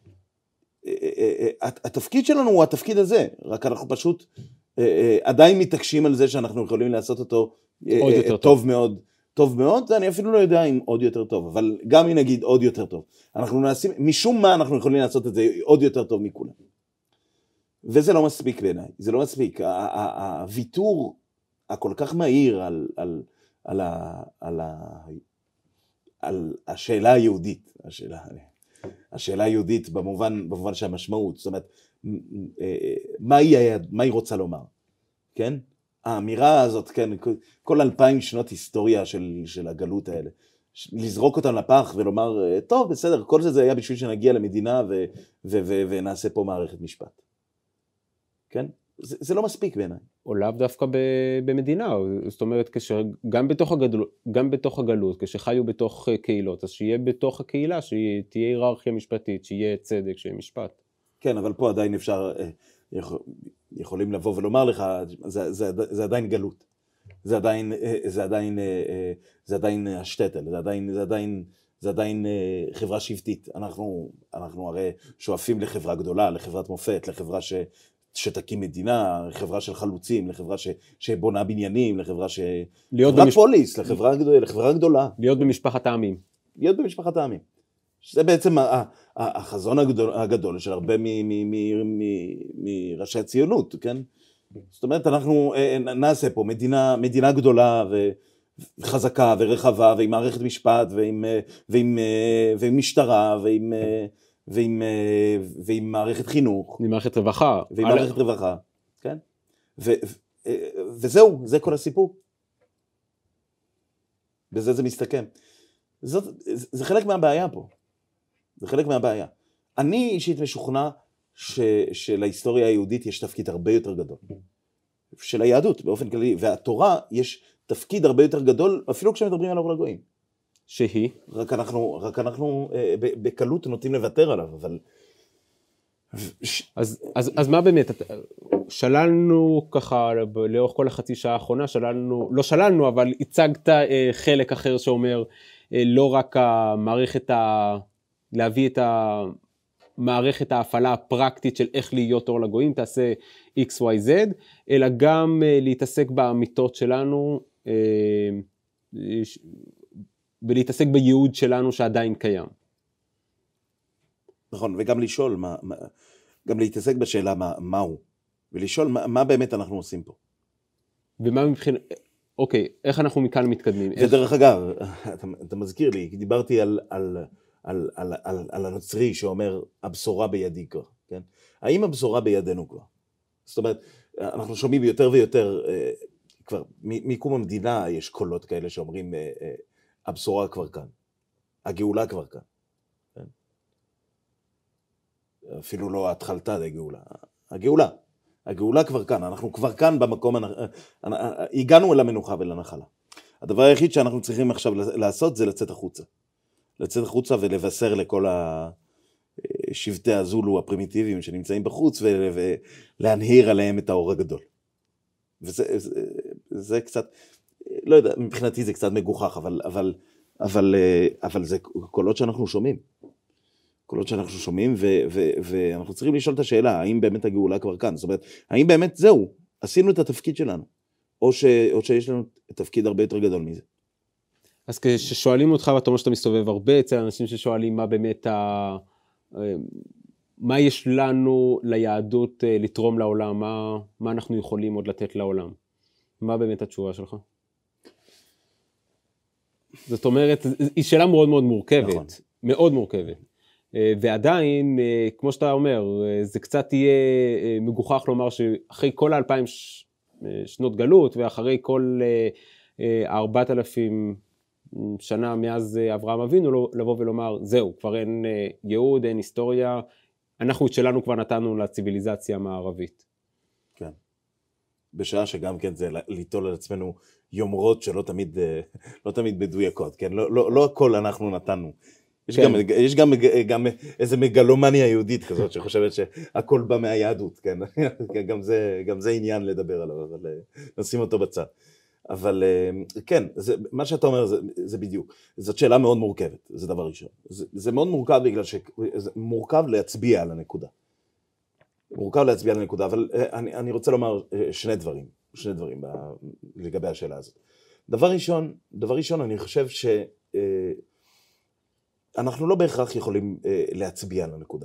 התפקיד שלנו הוא התפקיד הזה, רק אנחנו פשוט עדיין מתעקשים על זה שאנחנו יכולים לעשות אותו טוב מאוד. טוב מאוד, אני אפילו לא יודע אם עוד יותר טוב, אבל גם אם נגיד עוד יותר טוב. אנחנו נעשים, משום מה אנחנו יכולים לעשות את זה עוד יותר טוב מכולם. וזה לא מספיק בעיניי, זה לא מספיק. הוויתור הכל כך מהיר על, על, על, ה, על, ה, על השאלה היהודית, השאלה, השאלה היהודית במובן, במובן שהמשמעות, זאת אומרת, מה היא, מה היא רוצה לומר, כן? האמירה הזאת, כן, כל אלפיים שנות היסטוריה של, של הגלות האלה, לזרוק אותם לפח ולומר, טוב, בסדר, כל זה זה היה בשביל שנגיע למדינה ו, ו, ו, ונעשה פה מערכת משפט. כן? זה, זה לא מספיק בעיניי.
או לאו דווקא במדינה, זאת אומרת, גם בתוך הגלות, גם בתוך הגלות, כשחיו בתוך קהילות, אז שיהיה בתוך הקהילה, שתהיה היררכיה משפטית, שיהיה צדק, שיהיה משפט.
כן, אבל פה עדיין אפשר, יכולים לבוא ולומר לך, זה, זה, זה עדיין גלות. זה עדיין, זה עדיין, זה עדיין השטטל, זה עדיין, זה עדיין, זה עדיין חברה שבטית. אנחנו, אנחנו הרי שואפים לחברה גדולה, לחברת מופת, לחברה ש... שתקים מדינה, לחברה של חלוצים, לחברה ש, שבונה בניינים, לחברה ש... להיות חברת במש... פוליס, לחברה, לחברה גדולה.
להיות במשפחת העמים.
להיות במשפחת העמים. שזה בעצם החזון הגדול, הגדול של הרבה מראשי הציונות, כן? זאת אומרת, אנחנו נעשה פה מדינה, מדינה גדולה וחזקה ורחבה, ועם מערכת משפט, ועם, ועם, ועם משטרה, ועם... ועם, ועם מערכת חינוך.
עם מערכת רווחה.
ועם מערכת רווחה, כן? ו, ו, וזהו, זה כל הסיפור. בזה זה מסתכם. זאת, זה חלק מהבעיה פה. זה חלק מהבעיה. אני אישית משוכנע ש, שלהיסטוריה היהודית יש תפקיד הרבה יותר גדול. של היהדות באופן כללי, והתורה יש תפקיד הרבה יותר גדול, אפילו כשמדברים על אור לגויים.
שהיא?
רק אנחנו, רק אנחנו אה, בקלות נוטים לוותר עליו, אבל...
אז, אז, אז מה באמת? שללנו ככה, לאורך כל החצי שעה האחרונה, שללנו, לא שללנו, אבל הצגת אה, חלק אחר שאומר, אה, לא רק המערכת, ה, להביא את המערכת ההפעלה הפרקטית של איך להיות אור לגויים, תעשה X, Y, Z, אלא גם אה, להתעסק באמיתות שלנו, אה, ולהתעסק בייעוד שלנו שעדיין קיים.
נכון, וגם לשאול, מה, מה, גם להתעסק בשאלה מה, מהו, ולשאול מה, מה באמת אנחנו עושים פה.
ומה מבחינת, אוקיי, איך אנחנו מכאן מתקדמים?
ודרך איך... אגב, אתה, אתה מזכיר לי, דיברתי על, על, על, על, על, על הנוצרי שאומר, הבשורה בידי כבר, כן? האם הבשורה בידינו כבר? זאת אומרת, אנחנו שומעים יותר ויותר, כבר מקום המדינה יש קולות כאלה שאומרים, הבשורה כבר כאן, הגאולה כבר כאן. כן? אפילו לא התחלתה הגאולה, הגאולה, הגאולה כבר כאן, אנחנו כבר כאן במקום, הגענו אל המנוחה ולנחלה. הדבר היחיד שאנחנו צריכים עכשיו לעשות זה לצאת החוצה. לצאת החוצה ולבשר לכל השבטי הזולו הפרימיטיביים שנמצאים בחוץ, ולהנהיר עליהם את האור הגדול. וזה זה, זה קצת... לא יודע, מבחינתי זה קצת מגוחך, אבל, אבל, אבל, אבל זה קולות שאנחנו שומעים. קולות שאנחנו שומעים, ו, ו, ואנחנו צריכים לשאול את השאלה, האם באמת הגאולה כבר כאן? זאת אומרת, האם באמת זהו, עשינו את התפקיד שלנו, או, ש, או שיש לנו תפקיד הרבה יותר גדול מזה.
אז כששואלים אותך, ואתה אומר שאתה מסתובב הרבה אצל אנשים ששואלים מה באמת, ה... מה יש לנו ליהדות לתרום לעולם, מה, מה אנחנו יכולים עוד לתת לעולם? מה באמת התשובה שלך? זאת אומרת, היא שאלה מאוד מאוד מורכבת, נכון. מאוד מורכבת. ועדיין, כמו שאתה אומר, זה קצת יהיה מגוחך לומר שאחרי כל האלפיים שנות גלות, ואחרי כל ארבעת אלפים שנה מאז אברהם אבינו, לבוא ולומר, זהו, כבר אין ייעוד, אין היסטוריה, אנחנו את שלנו כבר נתנו לציביליזציה המערבית.
כן. בשעה שגם כן זה ליטול על עצמנו יומרות שלא תמיד, לא תמיד מדויקות, כן? לא, לא, לא הכל אנחנו נתנו. יש,
כן.
גם, יש גם, גם איזה מגלומניה יהודית כזאת שחושבת שהכל בא מהיהדות, כן? גם זה, גם זה עניין לדבר עליו, אבל נשים אותו בצד. אבל כן, זה, מה שאתה אומר זה, זה בדיוק. זאת שאלה מאוד מורכבת, זה דבר ראשון. זה, זה מאוד מורכב בגלל שזה מורכב להצביע על הנקודה. מורכב להצביע על הנקודה, אבל אני, אני רוצה לומר שני דברים, שני דברים לגבי השאלה הזאת. דבר ראשון, דבר ראשון, אני חושב ש... אנחנו לא בהכרח יכולים להצביע על הנקודה.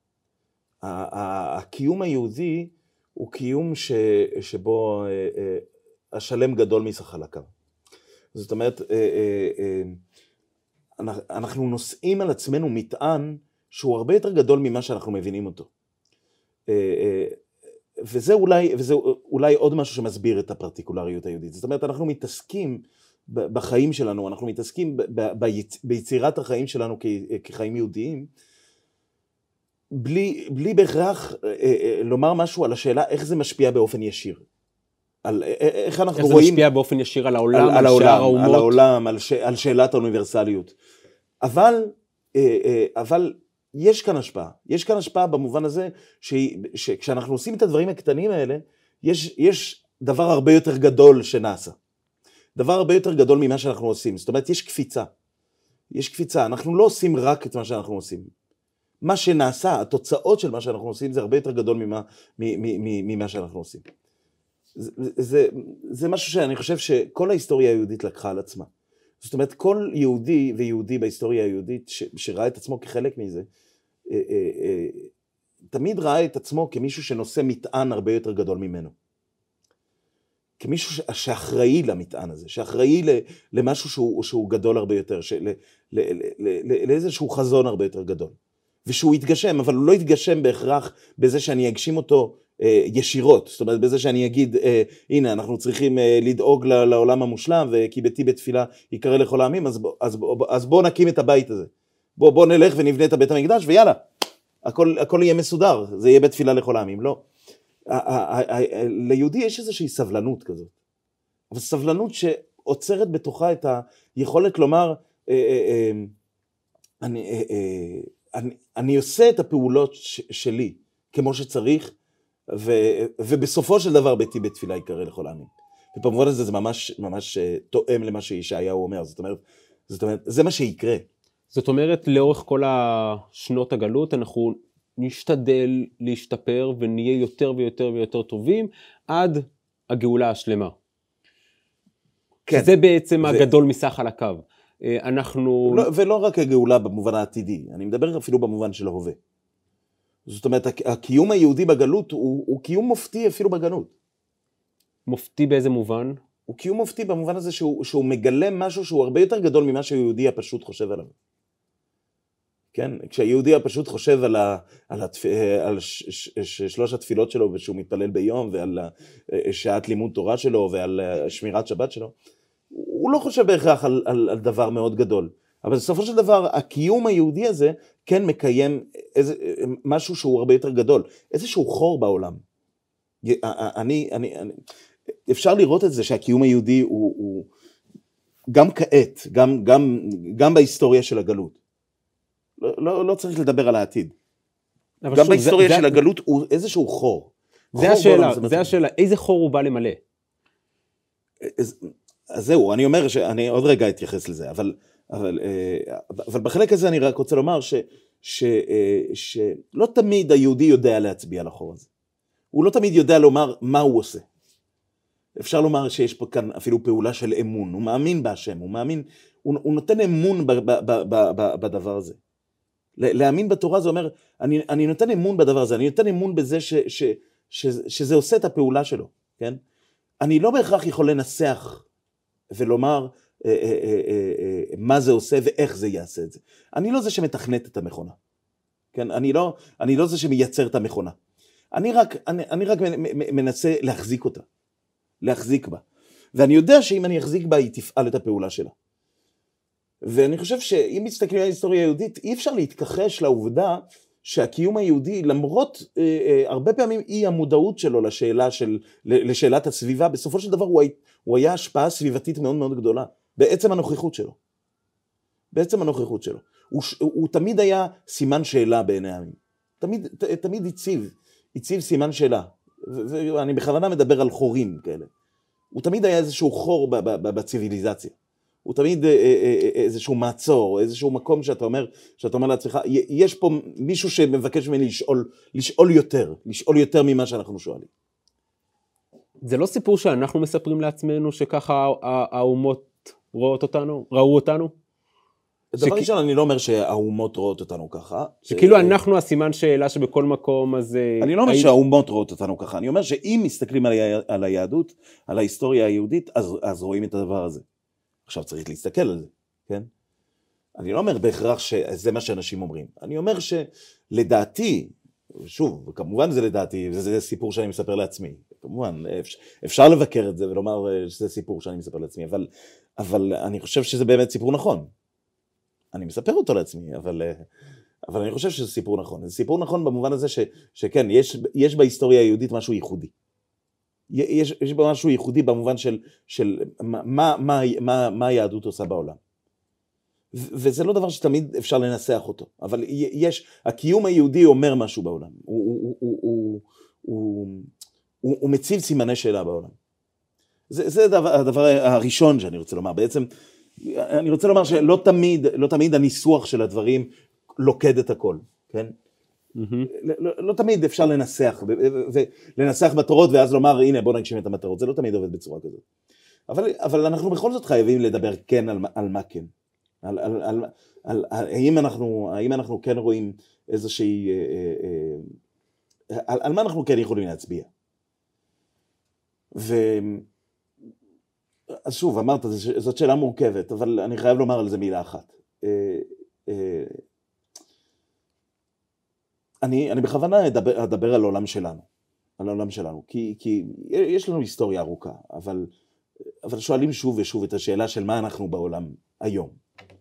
הקיום היהודי הוא קיום ש, שבו השלם גדול מסחלקיו. זאת אומרת, אנחנו נושאים על עצמנו מטען שהוא הרבה יותר גדול ממה שאנחנו מבינים אותו. וזה אולי, וזה אולי עוד משהו שמסביר את הפרטיקולריות היהודית. זאת אומרת, אנחנו מתעסקים בחיים שלנו, אנחנו מתעסקים ביצירת החיים שלנו כחיים יהודיים, בלי, בלי בהכרח לומר משהו על השאלה איך זה משפיע באופן ישיר. על איך אנחנו
איך
רואים...
זה משפיע באופן ישיר על העולם,
על,
על,
על
שאר
העולם,
האומות.
על העולם, על, ש, על שאלת האוניברסליות. אבל, אבל יש כאן השפעה. יש כאן השפעה במובן הזה שכשאנחנו עושים את הדברים הקטנים האלה, יש, יש דבר הרבה יותר גדול שנעשה. דבר הרבה יותר גדול ממה שאנחנו עושים. זאת אומרת, יש קפיצה. יש קפיצה. אנחנו לא עושים רק את מה שאנחנו עושים. מה שנעשה, התוצאות של מה שאנחנו עושים, זה הרבה יותר גדול ממה, ממה שאנחנו עושים. זה, זה, זה משהו שאני חושב שכל ההיסטוריה היהודית לקחה על עצמה. זאת אומרת, כל יהודי ויהודי בהיסטוריה היהודית ש, שראה את עצמו כחלק מזה, תמיד ראה את עצמו כמישהו שנושא מטען הרבה יותר גדול ממנו. כמישהו שאחראי למטען הזה, שאחראי למשהו שהוא, שהוא גדול הרבה יותר, לאיזשהו חזון הרבה יותר גדול. ושהוא יתגשם, אבל הוא לא יתגשם בהכרח בזה שאני אגשים אותו ישירות. זאת אומרת, בזה שאני אגיד, הנה, אנחנו צריכים לדאוג לעולם המושלם, וכי ביתי בתפילה יקרא לכל העמים, אז, אז, אז בואו נקים את הבית הזה. בואו בוא נלך ונבנה את הבית המקדש, ויאללה, הכל, הכל יהיה מסודר, זה יהיה בתפילה לכל העמים. לא. ליהודי יש איזושהי סבלנות כזאת, אבל סבלנות שעוצרת בתוכה את היכולת לומר, אני, אני, אני עושה את הפעולות שלי כמו שצריך, ו, ובסופו של דבר ביתי בתפילה יקרא לכל העמים. ובמובן הזה זה ממש, ממש תואם למה שישעיהו אומר. זאת אומרת, זאת אומרת, זה מה שיקרה.
זאת אומרת, לאורך כל השנות הגלות אנחנו נשתדל להשתפר ונהיה יותר ויותר ויותר טובים עד הגאולה השלמה. כן. זה בעצם ו... הגדול מסך על הקו. אנחנו...
לא, ולא רק הגאולה במובן העתידי, אני מדבר אפילו במובן של ההווה. זאת אומרת, הקיום היהודי בגלות הוא, הוא קיום מופתי אפילו בגלות.
מופתי באיזה מובן?
הוא קיום מופתי במובן הזה שהוא, שהוא מגלם משהו שהוא הרבה יותר גדול ממה שהיהודי הפשוט חושב עליו. כן? כשהיהודי הפשוט חושב על, ה, על, התפ... על ש, ש, ש, שלוש התפילות שלו ושהוא מתפלל ביום ועל שעת לימוד תורה שלו ועל שמירת שבת שלו, הוא לא חושב בהכרח על, על, על דבר מאוד גדול. אבל בסופו של דבר, הקיום היהודי הזה כן מקיים איזה, משהו שהוא הרבה יותר גדול. איזשהו חור בעולם. אני, אני, אני, אפשר לראות את זה שהקיום היהודי הוא, הוא גם כעת, גם, גם, גם בהיסטוריה של הגלות. לא, לא, לא צריך לדבר על העתיד. גם שוב, בהיסטוריה זה, של זה... הגלות הוא איזשהו חור.
זה חור השאלה, זה, זה השאלה, איזה חור הוא בא למלא?
אז, אז זהו, אני אומר שאני עוד רגע אתייחס לזה, אבל, אבל, אבל בחלק הזה אני רק רוצה לומר ש, ש, שלא תמיד היהודי יודע להצביע על החור הזה. הוא לא תמיד יודע לומר מה הוא עושה. אפשר לומר שיש פה כאן אפילו פעולה של אמון, הוא מאמין בהשם, הוא מאמין, הוא, הוא נותן אמון ב, ב, ב, ב, ב, בדבר הזה. להאמין בתורה זה אומר, אני, אני נותן אמון בדבר הזה, אני נותן אמון בזה ש, ש, ש, שזה עושה את הפעולה שלו, כן? אני לא בהכרח יכול לנסח ולומר אה, אה, אה, אה, מה זה עושה ואיך זה יעשה את זה. אני לא זה שמתכנת את המכונה, כן? אני לא, אני לא זה שמייצר את המכונה. אני רק, אני, אני רק מנסה להחזיק אותה, להחזיק בה. ואני יודע שאם אני אחזיק בה, היא תפעל את הפעולה שלה. ואני חושב שאם מסתכלים על ההיסטוריה היהודית, אי אפשר להתכחש לעובדה שהקיום היהודי, למרות אה, אה, הרבה פעמים אי המודעות שלו לשאלה של, לשאלת הסביבה, בסופו של דבר הוא, הוא היה השפעה סביבתית מאוד מאוד גדולה, בעצם הנוכחות שלו. בעצם הנוכחות שלו. הוא, הוא תמיד היה סימן שאלה בעיני העמים. תמיד, ת, תמיד הציב, הציב סימן שאלה. ואני בכוונה מדבר על חורים כאלה. הוא תמיד היה איזשהו חור בציביליזציה. הוא תמיד איזשהו מעצור, איזשהו מקום שאתה אומר, שאתה אומר לעצמך, יש פה מישהו שמבקש ממני לשאול, לשאול יותר, לשאול יותר ממה שאנחנו שואלים.
זה לא סיפור שאנחנו מספרים לעצמנו שככה האומות רואות אותנו, ראו אותנו?
דבר ראשון, אני לא אומר שהאומות רואות אותנו ככה.
שכאילו אנחנו הסימן שאלה שבכל מקום, אז...
אני לא אומר שהאומות רואות אותנו ככה, אני אומר שאם מסתכלים על היהדות, על ההיסטוריה היהודית, אז רואים את הדבר הזה. עכשיו צריך להסתכל על זה, כן? אני לא אומר בהכרח שזה מה שאנשים אומרים. אני אומר שלדעתי, שוב, כמובן זה לדעתי, וזה סיפור שאני מספר לעצמי. כמובן, אפשר לבקר את זה ולומר שזה סיפור שאני מספר לעצמי, אבל, אבל אני חושב שזה באמת סיפור נכון. אני מספר אותו לעצמי, אבל, אבל אני חושב שזה סיפור נכון. זה סיפור נכון במובן הזה ש, שכן, יש, יש בהיסטוריה היהודית משהו ייחודי. יש, יש בה משהו ייחודי במובן של, של מה, מה, מה, מה היהדות עושה בעולם. ו, וזה לא דבר שתמיד אפשר לנסח אותו, אבל יש, הקיום היהודי אומר משהו בעולם. הוא, הוא, הוא, הוא, הוא, הוא, הוא מציב סימני שאלה בעולם. זה, זה הדבר, הדבר הראשון שאני רוצה לומר. בעצם, אני רוצה לומר שלא תמיד, לא תמיד הניסוח של הדברים לוקד את הכל, כן? Mm-hmm. לא, לא תמיד אפשר לנסח, ולנסח מטרות ואז לומר, הנה בוא נגשים את המטרות, זה לא תמיד עובד בצורה כזאת. אבל, אבל אנחנו בכל זאת חייבים לדבר כן על, על מה כן. על, על, על, על, על, האם אנחנו, האם אנחנו כן רואים איזושהי, על, על מה אנחנו כן יכולים להצביע. ו... אז שוב, אמרת, זאת שאלה מורכבת, אבל אני חייב לומר על זה מילה אחת. אני, אני בכוונה אדבר, אדבר על העולם שלנו, על העולם שלנו, כי, כי יש לנו היסטוריה ארוכה, אבל, אבל שואלים שוב ושוב את השאלה של מה אנחנו בעולם היום.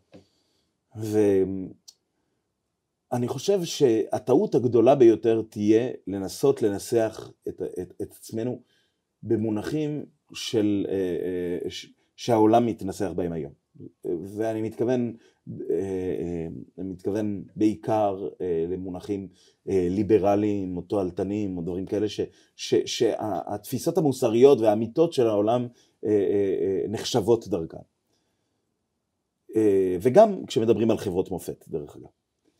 ואני חושב שהטעות הגדולה ביותר תהיה לנסות לנסח את, את, את עצמנו במונחים של, שהעולם מתנסח בהם היום. ואני מתכוון, אני מתכוון בעיקר למונחים ליברליים או תועלתניים או דברים כאלה, ש, ש, שהתפיסות המוסריות והאמיתות של העולם נחשבות דרכן. וגם כשמדברים על חברות מופת, דרך אגב.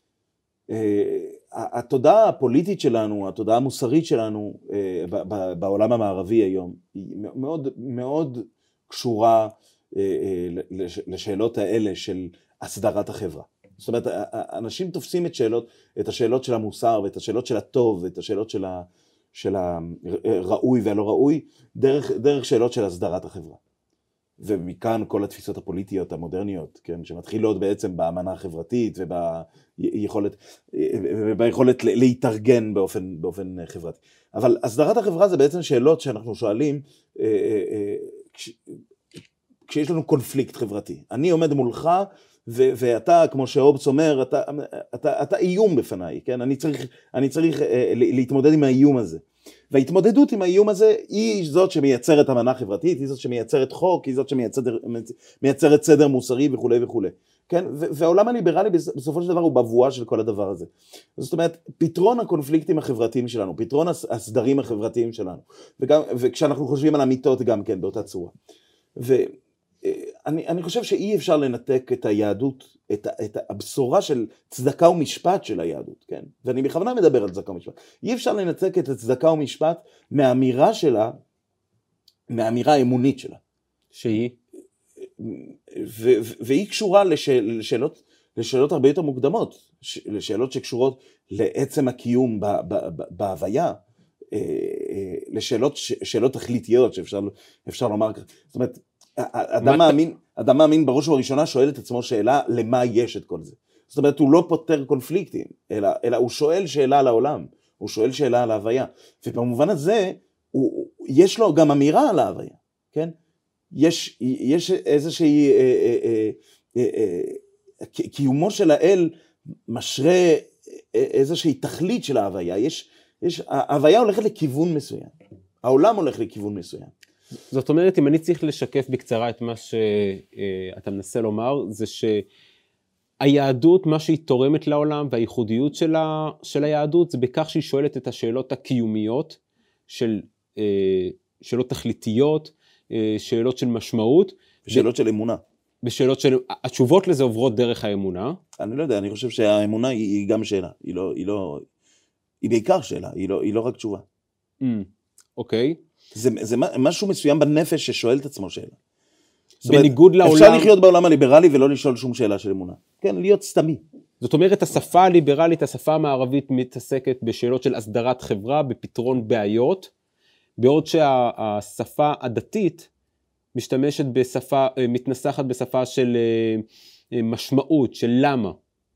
התודעה הפוליטית שלנו, התודעה המוסרית שלנו בעולם המערבי היום, היא מאוד, מאוד קשורה לשאלות האלה של הסדרת החברה. זאת אומרת, אנשים תופסים את שאלות, את השאלות של המוסר ואת השאלות של הטוב ואת השאלות של, ה, של הראוי והלא ראוי, דרך, דרך שאלות של הסדרת החברה. ומכאן כל התפיסות הפוליטיות המודרניות, כן, שמתחילות בעצם באמנה החברתית וביכולת, וביכולת להתארגן באופן, באופן חברתי. אבל הסדרת החברה זה בעצם שאלות שאנחנו שואלים כש, כשיש לנו קונפליקט חברתי. אני עומד מולך, ו- ואתה, כמו שהובס אומר, אתה, אתה, אתה איום בפניי, כן? אני צריך, אני צריך להתמודד עם האיום הזה. וההתמודדות עם האיום הזה היא זאת שמייצרת אמנה חברתית, היא זאת שמייצרת חוק, היא זאת שמייצרת סדר מוסרי וכו' וכו'. כן? והעולם הליברלי בסופו של דבר הוא בבואה של כל הדבר הזה. זאת אומרת, פתרון הקונפליקטים החברתיים שלנו, פתרון הסדרים החברתיים שלנו, וגם, וכשאנחנו חושבים על אמיתות גם כן באותה צורה. ואני אני חושב שאי אפשר לנתק את היהדות, את, את הבשורה של צדקה ומשפט של היהדות, כן? ואני בכוונה מדבר על צדקה ומשפט. אי אפשר לנתק את הצדקה ומשפט מהאמירה שלה, מהאמירה האמונית שלה.
שהיא?
ו, ו, והיא קשורה לשאל, לשאלות, לשאלות הרבה יותר מוקדמות, לשאלות שקשורות לעצם הקיום ב, ב, ב, בהוויה, לשאלות, שאלות תכליתיות שאפשר, אפשר לומר כך. זאת אומרת, אדם מאמין, אדם מאמין בראש ובראשונה שואל את עצמו שאלה למה יש את כל זה. זאת אומרת, הוא לא פותר קונפליקטים, אלא, אלא הוא שואל שאלה על העולם, הוא שואל שאלה על ההוויה. ובמובן הזה, הוא, יש לו גם אמירה על ההוויה, כן? יש, יש איזושהי, אה, אה, אה, אה, קיומו של האל משרה איזושהי תכלית של ההוויה. יש, יש, ההוויה הולכת לכיוון מסוים. העולם הולך לכיוון מסוים.
זאת אומרת, אם אני צריך לשקף בקצרה את מה שאתה מנסה לומר, זה היהדות, מה שהיא תורמת לעולם, והייחודיות שלה, של היהדות, זה בכך שהיא שואלת את השאלות הקיומיות, של אה, שאלות תכליתיות, אה, שאלות של משמעות.
שאלות ב- של אמונה.
בשאלות של, התשובות לזה עוברות דרך האמונה.
אני לא יודע, אני חושב שהאמונה היא, היא גם שאלה, היא לא, היא לא, היא בעיקר שאלה, היא לא, היא לא רק תשובה.
אוקיי. Mm, okay.
זה, זה משהו מסוים בנפש ששואל את עצמו שאלה.
בניגוד לעולם...
אפשר לחיות בעולם הליברלי ולא לשאול שום שאלה של אמונה. כן, להיות סתמי.
זאת אומרת, השפה הליברלית, השפה המערבית מתעסקת בשאלות של הסדרת חברה, בפתרון בעיות, בעוד שהשפה הדתית משתמשת בשפה, מתנסחת בשפה של משמעות, של למה.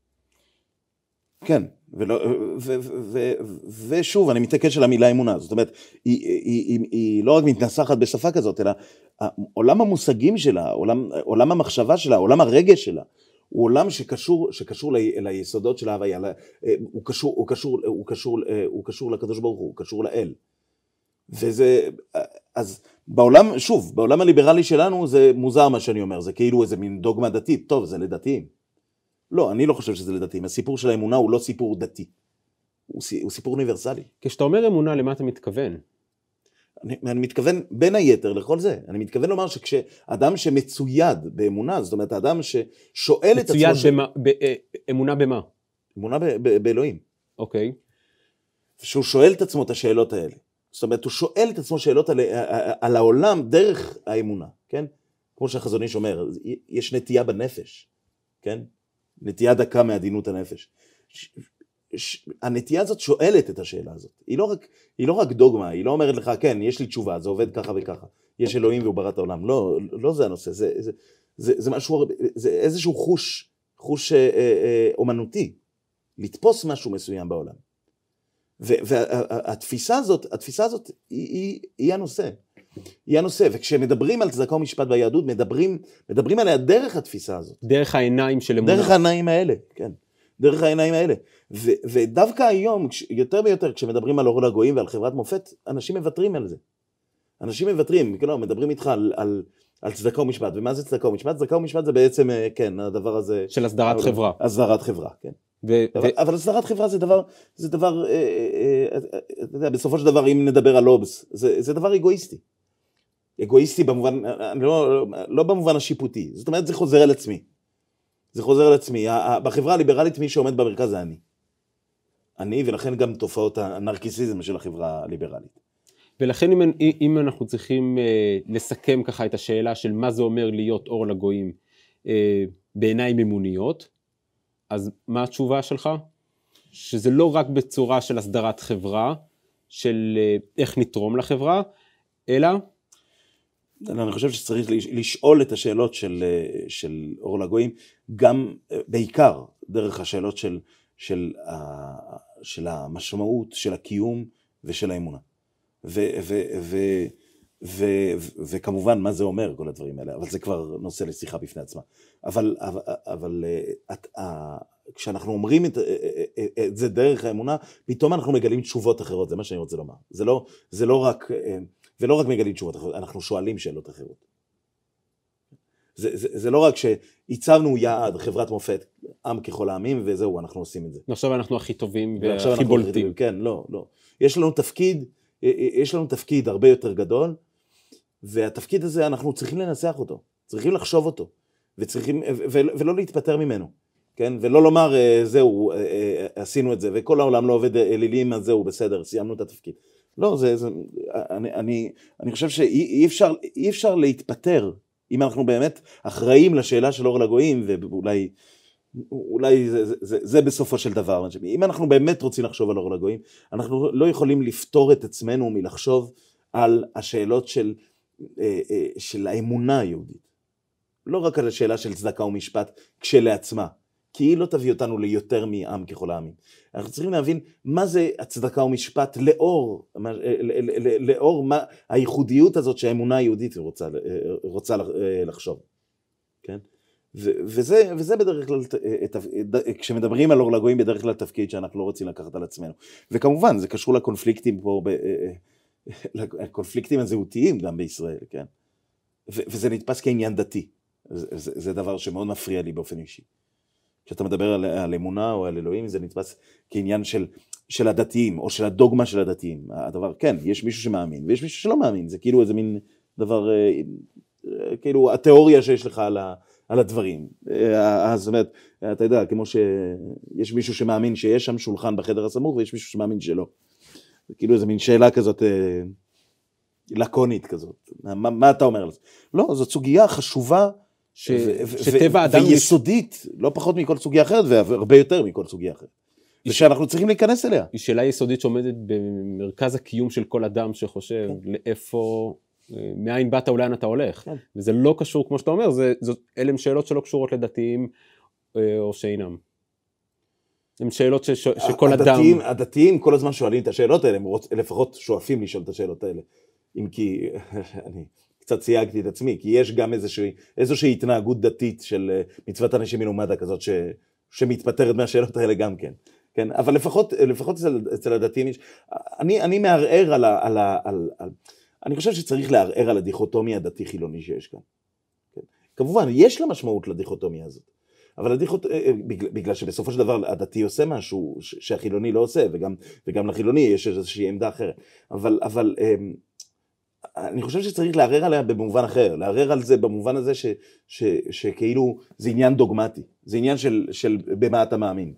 כן, ולא, ו, ו, ו, ושוב, אני מתעקש על המילה אמונה, זאת אומרת, היא, היא, היא, היא לא רק מתנסחת בשפה כזאת, אלא עולם המושגים שלה, עולם, עולם המחשבה שלה, עולם הרגש שלה, הוא עולם שקשור, שקשור ל, ליסודות של ההוויה, הוא קשור, הוא קשור, הוא קשור, הוא קשור לקדוש ברוך הוא, הוא קשור לאל. וזה, אז בעולם, שוב, בעולם הליברלי שלנו זה מוזר מה שאני אומר, זה כאילו איזה מין דוגמה דתית, טוב, זה לדתיים. לא, אני לא חושב שזה לדתיים, הסיפור של האמונה הוא לא סיפור דתי, הוא, הוא סיפור אוניברסלי.
כשאתה אומר אמונה, למה אתה מתכוון?
אני, אני מתכוון בין היתר לכל זה, אני מתכוון לומר שכשאדם שמצויד באמונה, זאת אומרת, האדם ששואל את עצמו...
מצויד באמונה במה?
אמונה ב, ב, באלוהים.
אוקיי.
שהוא שואל את עצמו את השאלות האלה. זאת אומרת, הוא שואל את עצמו שאלות על, על העולם דרך האמונה, כן? כמו שהחזון איש אומר, יש נטייה בנפש, כן? נטייה דקה מעדינות הנפש. ש, ש, הנטייה הזאת שואלת את השאלה הזאת. היא לא רק, היא לא רק דוגמה, היא לא אומרת לך, כן, יש לי תשובה, זה עובד ככה וככה. יש אלוהים והוא ברא את העולם. לא, לא זה הנושא, זה, זה, זה, זה משהו, זה איזשהו חוש, חוש אה, אה, אומנותי, לתפוס משהו מסוים בעולם. והתפיסה הזאת, התפיסה הזאת היא, היא, היא הנושא. היא הנושא, וכשמדברים על צדקה ומשפט ביהדות, מדברים, מדברים עליה דרך התפיסה הזאת.
דרך העיניים של אמונה.
דרך העיניים האלה, כן. דרך העיניים האלה. ו, ודווקא היום, יותר ויותר, כשמדברים על אור לגויים ועל חברת מופת, אנשים מוותרים על זה. אנשים מוותרים, כאילו, מדברים איתך על, על, על צדקה ומשפט. ומה זה צדקה ומשפט? צדקה ומשפט זה בעצם, כן, הדבר הזה...
של הסדרת חברה.
הסדרת חברה, כן.
ו-
אבל, ו- אבל הסדרת חברה זה דבר, זה דבר, אה, אה, אה, אתה יודע, בסופו של דבר, אם נדבר על לובס, זה, זה דבר אגואיסטי. אגואיסטי במובן, לא, לא במובן השיפוטי. זאת אומרת, זה חוזר על עצמי. זה חוזר על עצמי. בחברה הליברלית, מי שעומד במרכז זה אני. אני, ולכן גם תופעות הנרקיסיזם של החברה הליברלית.
ולכן אם, אם אנחנו צריכים אה, לסכם ככה את השאלה של מה זה אומר להיות אור לגויים אה, בעיניים אמוניות, אז מה התשובה שלך? שזה לא רק בצורה של הסדרת חברה, של איך נתרום לחברה, אלא...
אני חושב שצריך לשאול את השאלות של, של אור לגויים, גם בעיקר דרך השאלות של, של, של המשמעות, של הקיום ושל האמונה. ו, ו, ו, ו, ו, וכמובן מה זה אומר כל הדברים האלה, אבל זה כבר נושא לשיחה בפני עצמה. אבל, אבל, אבל את, כשאנחנו אומרים את, את זה דרך האמונה, פתאום אנחנו מגלים תשובות אחרות, זה מה שאני רוצה לומר. זה לא, זה לא רק, ולא רק מגלים תשובות אחרות, אנחנו שואלים שאלות אחרות. זה, זה, זה לא רק שהצבנו יעד, חברת מופת, עם ככל העמים, וזהו, אנחנו עושים את זה.
עכשיו אנחנו הכי טובים והכי בולטים.
כן, לא, לא. יש לנו תפקיד, יש לנו תפקיד הרבה יותר גדול, והתפקיד הזה אנחנו צריכים לנסח אותו, צריכים לחשוב אותו, וצריכים, ולא להתפטר ממנו, כן? ולא לומר, זהו, עשינו את זה, וכל העולם לא עובד אלילים, אז זהו, בסדר, סיימנו את התפקיד. לא, זה, זה, אני, אני, אני חושב שאי אפשר, אי אפשר להתפטר, אם אנחנו באמת אחראים לשאלה של אור לגויים, ואולי, אולי זה, זה, זה, זה בסופו של דבר. אם אנחנו באמת רוצים לחשוב על אור לגויים, אנחנו לא יכולים לפתור את עצמנו מלחשוב על השאלות של, של האמונה היהודית. לא רק על השאלה של צדקה ומשפט כשלעצמה, כי היא לא תביא אותנו ליותר מעם ככל העמים. אנחנו צריכים להבין מה זה הצדקה ומשפט לאור, לאור מה, הייחודיות הזאת שהאמונה היהודית רוצה, רוצה לחשוב. כן? וזה, וזה בדרך כלל, כשמדברים על אור לגויים, בדרך כלל תפקיד שאנחנו לא רוצים לקחת על עצמנו. וכמובן, זה קשור לקונפליקטים פה, לקונפליקטים הזהותיים גם בישראל, כן? וזה נתפס כעניין דתי. זה, זה, זה דבר שמאוד מפריע לי באופן אישי. כשאתה מדבר על, על אמונה או על אלוהים, זה נתפס כעניין של, של הדתיים, או של הדוגמה של הדתיים. הדבר, כן, יש מישהו שמאמין, ויש מישהו שלא מאמין, זה כאילו איזה מין דבר, כאילו התיאוריה שיש לך על, ה, על הדברים. אז זאת אומרת, אתה יודע, כמו שיש מישהו שמאמין שיש שם שולחן בחדר הסמוך, ויש מישהו שמאמין שלא. זה כאילו איזה מין שאלה כזאת, לקונית כזאת. מה, מה אתה אומר על זה? לא, זאת סוגיה חשובה,
ש... שטבע האדם
ויסודית, לא פחות מכל סוגיה אחרת, והרבה יותר מכל סוגיה אחרת. ושאנחנו צריכים להיכנס אליה.
היא שאלה יסודית שעומדת במרכז הקיום של כל אדם שחושב לאיפה, מאין באת או לאן אתה הולך. וזה לא קשור, כמו שאתה אומר, אלה הן שאלות שלא קשורות לדתיים או שאינם. הן שאלות שכל אדם...
הדתיים כל הזמן שואלים את השאלות האלה, הם לפחות שואפים לשאול את השאלות האלה. אם כי, אני קצת סייגתי את עצמי, כי יש גם איזושהי, איזושהי התנהגות דתית של מצוות אנשים מלומדה כזאת, ש, שמתפטרת מהשאלות האלה גם כן. כן? אבל לפחות, לפחות אצל, אצל הדתיים, אני, אני מערער על ה, על ה, על, על, אני חושב שצריך לערער על הדיכוטומיה הדתי-חילוני שיש כאן. כן? כמובן, יש לה משמעות לדיכוטומיה הזאת. אבל הדיכות, בגלל שבסופו של דבר הדתי עושה משהו שהחילוני לא עושה, וגם, וגם לחילוני יש איזושהי עמדה אחרת. אבל, אבל, אני חושב שצריך לערער עליה במובן אחר, לערער על זה במובן הזה ש, ש, שכאילו זה עניין דוגמטי, זה עניין של, של במה אתה מאמין.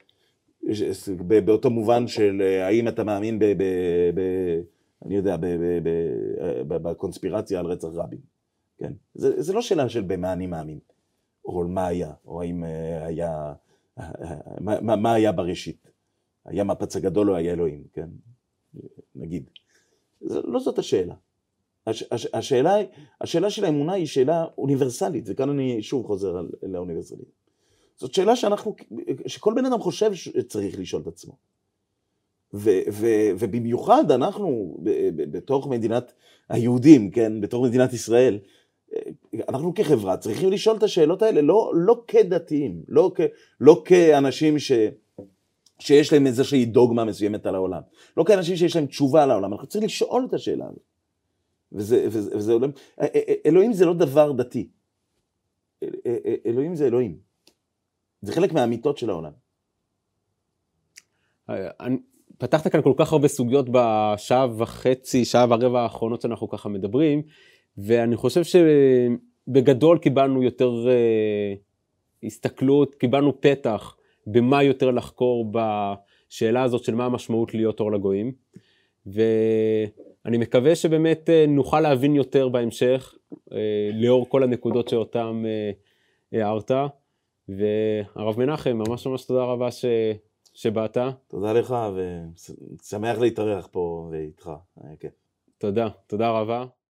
באותו מובן של האם אתה מאמין ב, ב, ב, אני יודע, ב, ב, ב, ב, בקונספירציה על רצח רבין. כן? זה, זה לא שאלה של במה אני מאמין, או מה היה, או האם היה, מה, מה היה בראשית. היה מפץ הגדול או היה אלוהים, כן? נגיד. לא זאת השאלה. הש, הש, השאלה, השאלה של האמונה היא שאלה אוניברסלית, וכאן אני שוב חוזר לאוניברסלית. זאת שאלה שאנחנו, שכל בן אדם חושב שצריך לשאול את עצמו. ו, ו, ובמיוחד אנחנו, בתוך מדינת היהודים, כן, בתוך מדינת ישראל, אנחנו כחברה צריכים לשאול את השאלות האלה, לא, לא כדתיים, לא, כ, לא כאנשים ש... שיש להם איזושהי דוגמה מסוימת על העולם. לא כאנשים שיש להם תשובה על העולם, אנחנו צריכים לשאול את השאלה הזאת. וזה, וזה, וזה עולם... אלוהים זה לא דבר דתי. אלוהים זה אלוהים. זה חלק מהאמיתות של העולם.
פתחת כאן כל כך הרבה סוגיות בשעה וחצי, שעה ורבע האחרונות שאנחנו ככה מדברים, ואני חושב שבגדול קיבלנו יותר הסתכלות, קיבלנו פתח, במה יותר לחקור בשאלה הזאת של מה המשמעות להיות אור לגויים, ואני מקווה שבאמת נוכל להבין יותר בהמשך, לאור כל הנקודות שאותם הערת, והרב מנחם, ממש ממש תודה רבה ש... שבאת.
תודה לך, ושמח להתארח פה ואיתך. כן.
תודה, תודה רבה.